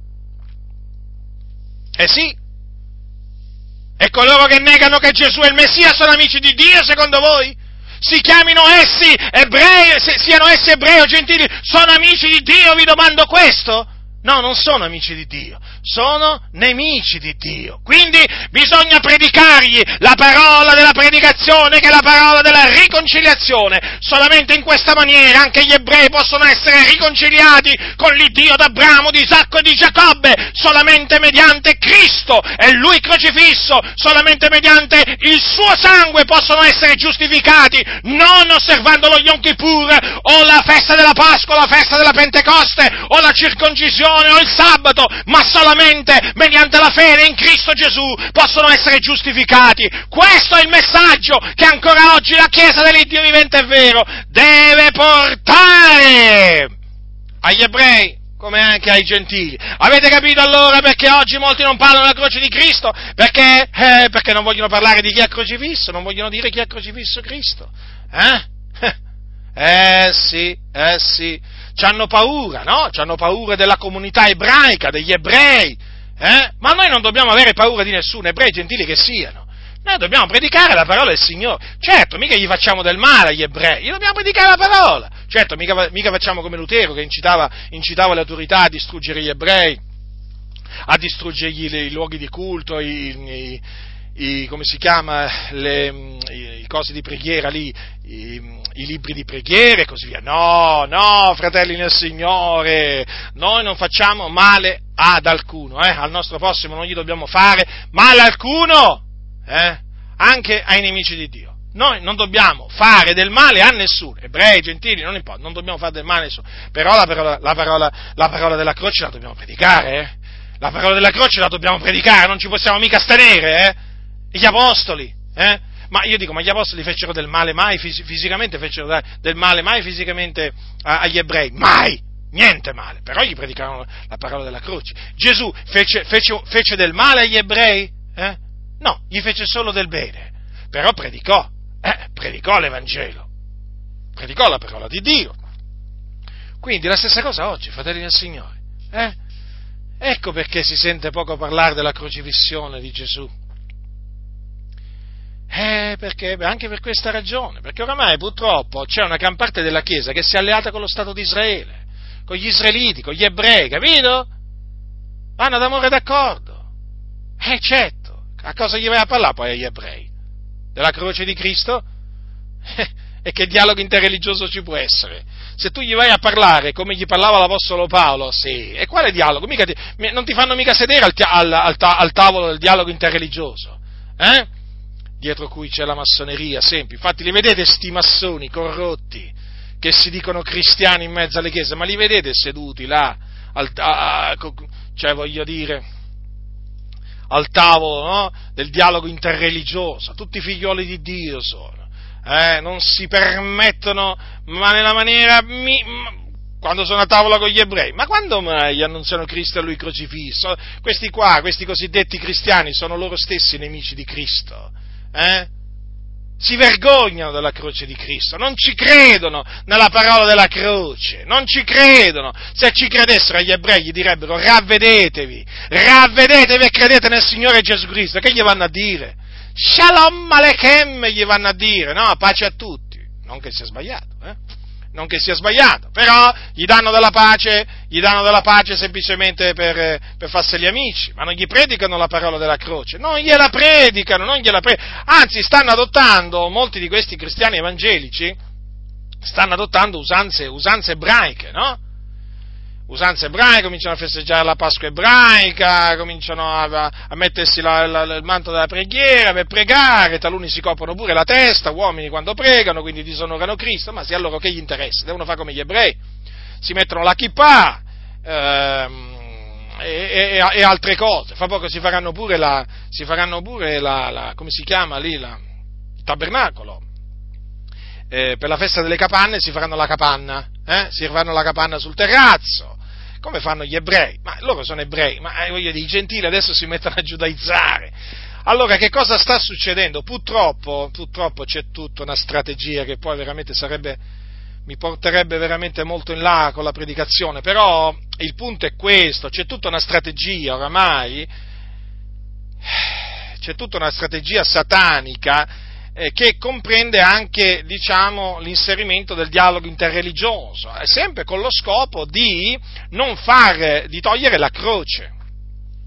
Eh sì. E coloro che negano che Gesù è il Messia sono amici di Dio, secondo voi? Si chiamino essi ebrei, siano essi ebrei o gentili, sono amici di Dio, vi domando questo? No, non sono amici di Dio, sono nemici di Dio. Quindi bisogna predicargli la parola della predicazione, che è la parola della riconciliazione. Solamente in questa maniera anche gli ebrei possono essere riconciliati con l'Iddio d'Abramo, di Isacco e di Giacobbe, solamente mediante Cristo e Lui crocifisso, solamente mediante il suo sangue possono essere giustificati, non osservando lo Yom Kippur, o la festa della Pasqua, o la festa della Pentecoste, o la circoncisione, o il sabato, ma solamente mediante la fede in Cristo Gesù possono essere giustificati. Questo è il messaggio che ancora oggi la Chiesa dell'Iddio vivente e vero deve portare agli ebrei come anche ai gentili. Avete capito allora perché oggi molti non parlano della croce di Cristo? Perché? Eh, perché non vogliono parlare di chi ha crocifisso, non vogliono dire chi ha crocifisso Cristo. Eh? Eh sì, eh sì. C'hanno paura, no? C'hanno paura della comunità ebraica, degli ebrei. Eh? Ma noi non dobbiamo avere paura di nessuno, ebrei gentili che siano. Noi dobbiamo predicare la parola del Signore. Certo, mica gli facciamo del male agli ebrei, gli dobbiamo predicare la parola. Certo, mica, mica facciamo come Lutero che incitava, incitava le autorità a distruggere gli ebrei, a distruggergli i luoghi di culto, i, i, i come si chiama, le, i, i cosi di preghiera lì, i, i libri di preghiera e così via. No, no, fratelli nel Signore, noi non facciamo male ad alcuno, eh? Al nostro prossimo non gli dobbiamo fare male alcuno, eh? Anche ai nemici di Dio. Noi non dobbiamo fare del male a nessuno, ebrei, gentili, non importa, non dobbiamo fare del male a nessuno, però la parola, la parola, la parola della croce la dobbiamo predicare, eh? La parola della croce la dobbiamo predicare, non ci possiamo mica astenere, eh? Gli apostoli, eh? Ma io dico, ma gli apostoli fecero del male mai, fis- fisicamente fecero del male mai fisicamente a- agli ebrei? Mai! Niente male, però gli predicarono la parola della croce. Gesù fece, fece, fece del male agli ebrei? Eh? No, gli fece solo del bene, però predicò. Eh, predicò l'Evangelo, predicò la parola di Dio. Quindi la stessa cosa oggi, fratelli del Signore. Eh? Ecco perché si sente poco parlare della crocifissione di Gesù. Eh, perché? Beh, anche per questa ragione, perché oramai purtroppo c'è una gran parte della Chiesa che si è alleata con lo Stato di Israele, con gli israeliti, con gli ebrei, capito? Vanno d'amore d'accordo. Eh, certo, a cosa gli vai a parlare poi agli ebrei? Della croce di Cristo? E che dialogo interreligioso ci può essere? Se tu gli vai a parlare come gli parlava l'Apostolo Paolo, sì, e quale dialogo? Mica ti, non ti fanno mica sedere al, al, al, al tavolo del dialogo interreligioso, eh? Dietro cui c'è la massoneria, sempre. Infatti li vedete sti massoni corrotti, che si dicono cristiani in mezzo alle chiese, ma li vedete seduti là, al, a, a, cioè voglio dire... al tavolo, no? Del dialogo interreligioso, tutti figlioli di Dio sono, eh? Non si permettono, ma nella maniera, mi, quando sono a tavola con gli ebrei, ma quando mai annunziano Cristo e Lui crocifisso? Questi qua, questi cosiddetti cristiani, sono loro stessi nemici di Cristo, eh? Si vergognano della croce di Cristo, non ci credono nella parola della croce, non ci credono. Se ci credessero agli ebrei gli direbbero ravvedetevi, ravvedetevi e credete nel Signore Gesù Cristo. Che gli vanno a dire? Shalom Alechem gli vanno a dire, no? Pace a tutti. Non che sia sbagliato, eh? Non che sia sbagliato, però gli danno della pace, gli danno della pace semplicemente per, per farseli amici, ma non gli predicano la parola della croce, non gliela predicano, non gliela predicano, anzi stanno adottando, molti di questi cristiani evangelici, stanno adottando usanze, usanze ebraiche, no? Usanze ebraiche, cominciano a festeggiare la Pasqua ebraica, cominciano a, a mettersi la, la, il manto della preghiera per pregare, taluni si coprono pure la testa, uomini quando pregano, quindi disonorano Cristo, ma se a loro che gli interessa? Devono fare come gli ebrei, si mettono la kippah ehm, e, e, e altre cose, fra poco si faranno pure la, si faranno pure la, la come si chiama lì, la, il tabernacolo, eh, per la festa delle capanne si faranno la capanna, eh? si faranno la capanna sul terrazzo, come fanno gli ebrei, ma loro sono ebrei, ma eh, voglio dire, i gentili adesso si mettono a giudaizzare. Allora che cosa sta succedendo? Purtroppo, purtroppo c'è tutta una strategia che poi veramente sarebbe, mi porterebbe veramente molto in là con la predicazione, però il punto è questo, c'è tutta una strategia oramai, c'è tutta una strategia satanica eh, che comprende anche, diciamo, l'inserimento del dialogo interreligioso, sempre con lo scopo di non far, di togliere la croce,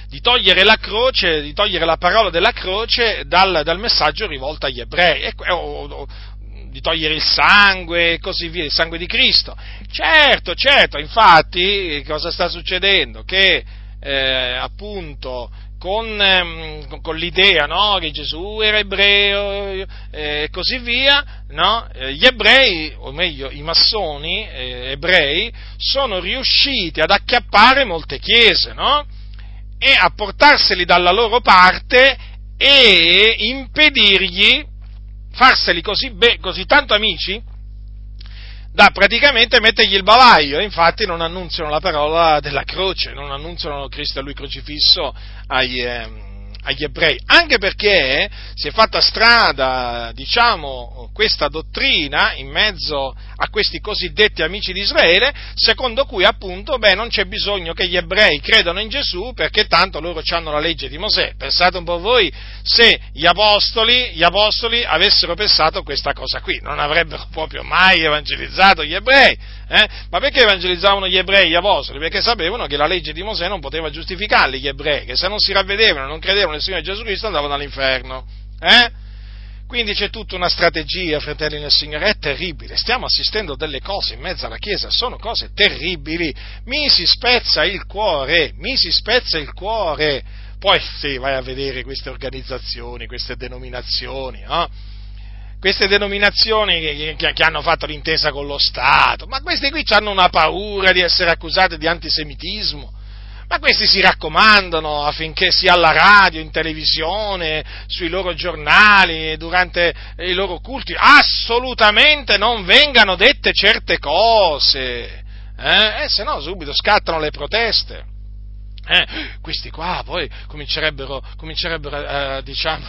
di togliere la croce, di togliere la parola della croce dal, dal messaggio rivolto agli ebrei, e, o, o, di togliere il sangue e così via, il sangue di Cristo. Certo, certo, infatti cosa sta succedendo? Che eh, appunto con, ehm, con l'idea, no, che Gesù era ebreo e eh, così via, no, eh, gli ebrei, o meglio i massoni eh, ebrei, sono riusciti ad acchiappare molte chiese, no? E a portarseli dalla loro parte e impedirgli, farseli così, be- così tanto amici, da praticamente mettergli il bavaglio. Infatti non annunziano la parola della croce, non annunziano Cristo e Lui crocifisso agli, ehm, agli ebrei, anche perché si è fatta strada, diciamo, questa dottrina in mezzo a questi cosiddetti amici di Israele, secondo cui appunto, beh, non c'è bisogno che gli ebrei credano in Gesù perché tanto loro hanno la legge di Mosè. Pensate un po' voi, se gli apostoli, gli apostoli avessero pensato questa cosa qui, non avrebbero proprio mai evangelizzato gli ebrei, eh? Ma perché evangelizzavano gli ebrei, gli apostoli? Perché sapevano che la legge di Mosè non poteva giustificarli, gli ebrei, che se non si ravvedevano, non credevano nel Signore Gesù Cristo, andavano all'inferno, eh? Quindi c'è tutta una strategia, fratelli nel Signore, è terribile, stiamo assistendo a delle cose in mezzo alla Chiesa, sono cose terribili, mi si spezza il cuore, mi si spezza il cuore. Poi sì, vai a vedere queste organizzazioni, queste denominazioni, no? Queste denominazioni che, che, che hanno fatto l'intesa con lo Stato, ma questi qui hanno una paura di essere accusati di antisemitismo. Ma questi si raccomandano affinché sia alla radio, in televisione, sui loro giornali, durante i loro culti, assolutamente non vengano dette certe cose, eh? E se no subito scattano le proteste. Eh, questi qua poi comincerebbero, comincerebbero eh, diciamo,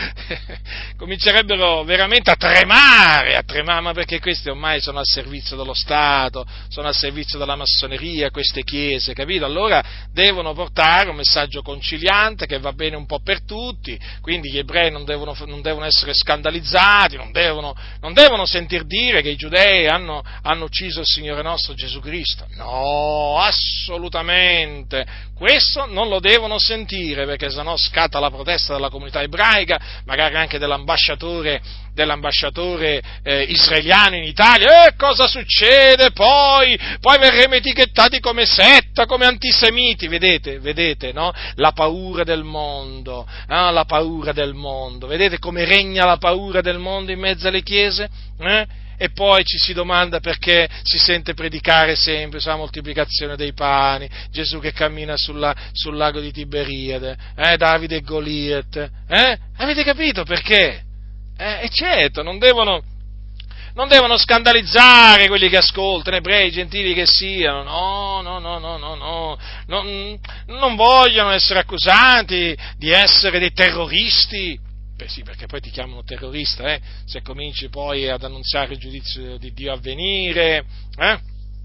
comincerebbero veramente a tremare, a tremare, ma perché questi ormai sono al servizio dello Stato, sono al servizio della massoneria, queste chiese, capito? Allora devono portare un messaggio conciliante che va bene un po' per tutti, quindi gli ebrei non devono, non devono essere scandalizzati, non devono, non devono sentir dire che i giudei hanno, hanno ucciso il Signore nostro Gesù Cristo, no, assolutamente. Questo non lo devono sentire, perché sennò scatta la protesta della comunità ebraica, magari anche dell'ambasciatore, dell'ambasciatore eh, israeliano in Italia. E cosa succede poi? Poi verremo etichettati come setta, come antisemiti. Vedete, vedete, no? La paura del mondo, eh? La paura del mondo. Vedete come regna la paura del mondo in mezzo alle chiese? Eh? E poi ci si domanda perché si sente predicare sempre sulla moltiplicazione dei pani, Gesù che cammina sulla, sul lago di Tiberiade, eh, Davide e Goliat, eh? Avete capito perché? Eh, e certo, non devono, non devono scandalizzare quelli che ascoltano, ebrei, gentili che siano, no, no, no, no, no, no, non, non vogliono essere accusati di essere dei terroristi. Beh sì, perché poi ti chiamano terrorista, eh? Se cominci poi ad annunziare il giudizio di Dio a venire, eh?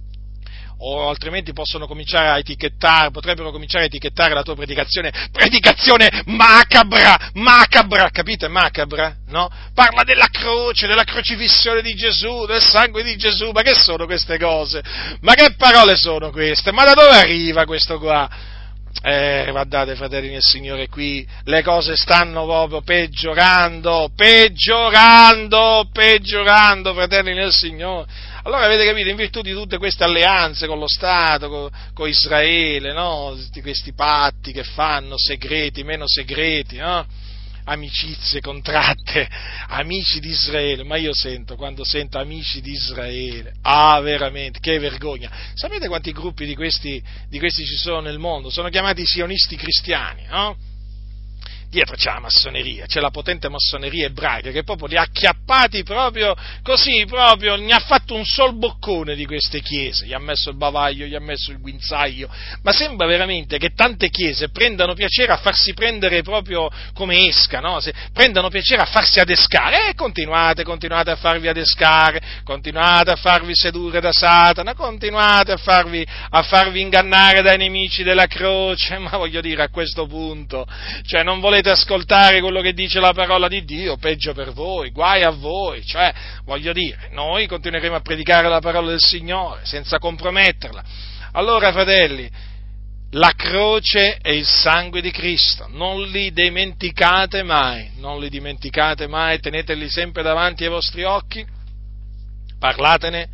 O altrimenti possono cominciare a etichettare, potrebbero cominciare a etichettare la tua predicazione, predicazione macabra, macabra, capite? Macabra, no? Parla della croce, della crocifissione di Gesù, del sangue di Gesù, ma che sono queste cose? Ma che parole sono queste? Ma da dove arriva questo qua? Eh, guardate, fratelli nel Signore, qui le cose stanno proprio peggiorando, peggiorando, peggiorando, fratelli nel Signore. Allora avete capito, in virtù di tutte queste alleanze con lo Stato, con, con Israele, no? Di questi patti che fanno, segreti, meno segreti, no? Amicizie contratte, amici di Israele, ma io sento, quando sento amici di Israele, ah veramente, che vergogna. Sapete quanti gruppi di questi, di questi ci sono nel mondo? Sono chiamati sionisti cristiani, no? Dietro c'è la massoneria, c'è la potente massoneria ebraica che proprio li ha acchiappati proprio così, proprio, ne ha fatto un sol boccone di queste chiese, gli ha messo il bavaglio, gli ha messo il guinzaglio, ma sembra veramente che tante chiese prendano piacere a farsi prendere proprio come esca, no? Se prendano piacere a farsi adescare, e continuate, continuate a farvi adescare, continuate a farvi sedurre da Satana, continuate a farvi, a farvi ingannare dai nemici della croce, ma voglio dire, a questo punto, cioè non volete ascoltare quello che dice la parola di Dio, peggio per voi, guai a voi, cioè, voglio dire, noi continueremo a predicare la parola del Signore senza comprometterla. Allora, fratelli, la croce e il sangue di Cristo. Non li dimenticate mai, non li dimenticate mai, teneteli sempre davanti ai vostri occhi, parlatene,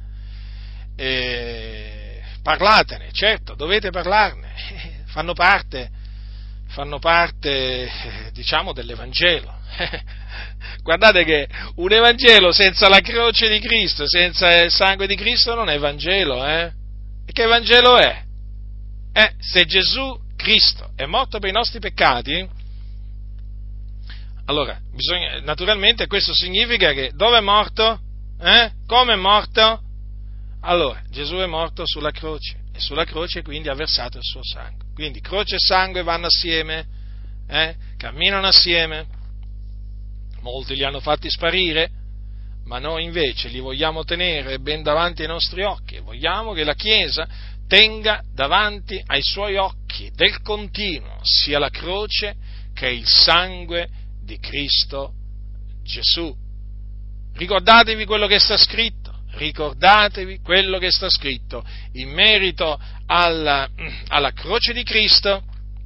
eh, parlatene, certo, dovete parlarne, fanno parte, fanno parte, diciamo, dell'Evangelo. Guardate che un Evangelo senza la croce di Cristo, senza il sangue di Cristo non è Vangelo, eh? E che Vangelo è? Eh, se Gesù Cristo è morto per i nostri peccati, allora, bisogna, naturalmente questo significa che dove è morto? Eh? Come è morto? Allora, Gesù è morto sulla croce, e sulla croce quindi ha versato il suo sangue. Quindi croce e sangue vanno assieme, eh? Camminano assieme. Molti li hanno fatti sparire, ma noi invece li vogliamo tenere ben davanti ai nostri occhi, e vogliamo che la Chiesa tenga davanti ai suoi occhi del continuo sia la croce che il sangue di Cristo Gesù. Ricordatevi quello che sta scritto, ricordatevi quello che sta scritto in merito alla, alla croce di Cristo,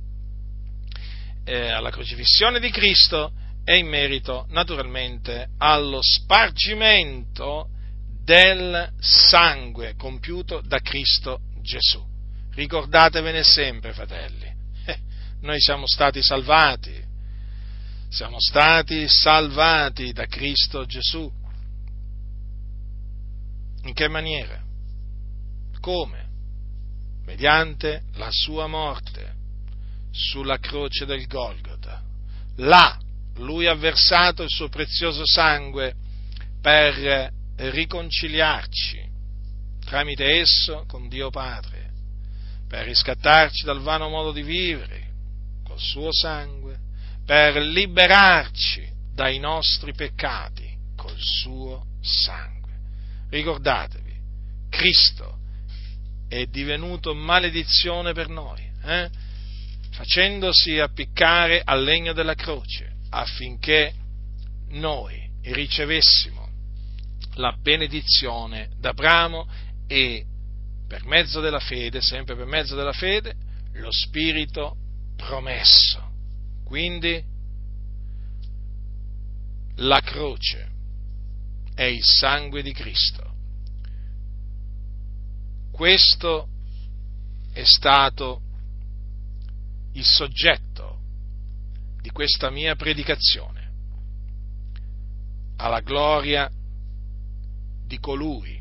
eh, alla crocifissione di Cristo, e in merito naturalmente allo spargimento del sangue compiuto da Cristo Gesù. Ricordatevene sempre, fratelli, eh, noi siamo stati salvati, siamo stati salvati da Cristo Gesù. In che maniera? Come? Mediante la sua morte sulla croce del Golgota. Là Lui ha versato il suo prezioso sangue per riconciliarci tramite esso con Dio Padre, per riscattarci dal vano modo di vivere col suo sangue, per liberarci dai nostri peccati col suo sangue. Ricordatevi, Cristo è divenuto maledizione per noi, eh? facendosi appiccare al legno della croce, affinché noi ricevessimo la benedizione d'Abramo e per mezzo della fede, sempre per mezzo della fede, lo Spirito promesso. Quindi la croce è il sangue di Cristo. Questo è stato il soggetto di questa mia predicazione, alla gloria di colui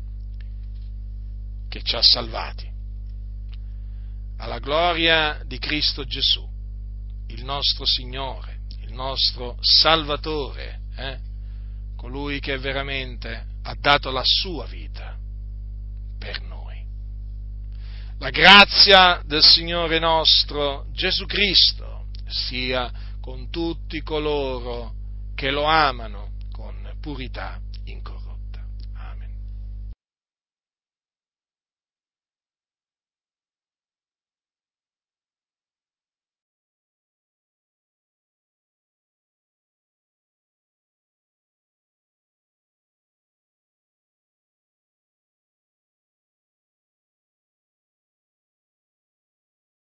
che ci ha salvati, alla gloria di Cristo Gesù, il nostro Signore, il nostro Salvatore, eh? colui che veramente ha dato la sua vita per noi. La grazia del Signore nostro Gesù Cristo sia con tutti coloro che lo amano con purità in cuore.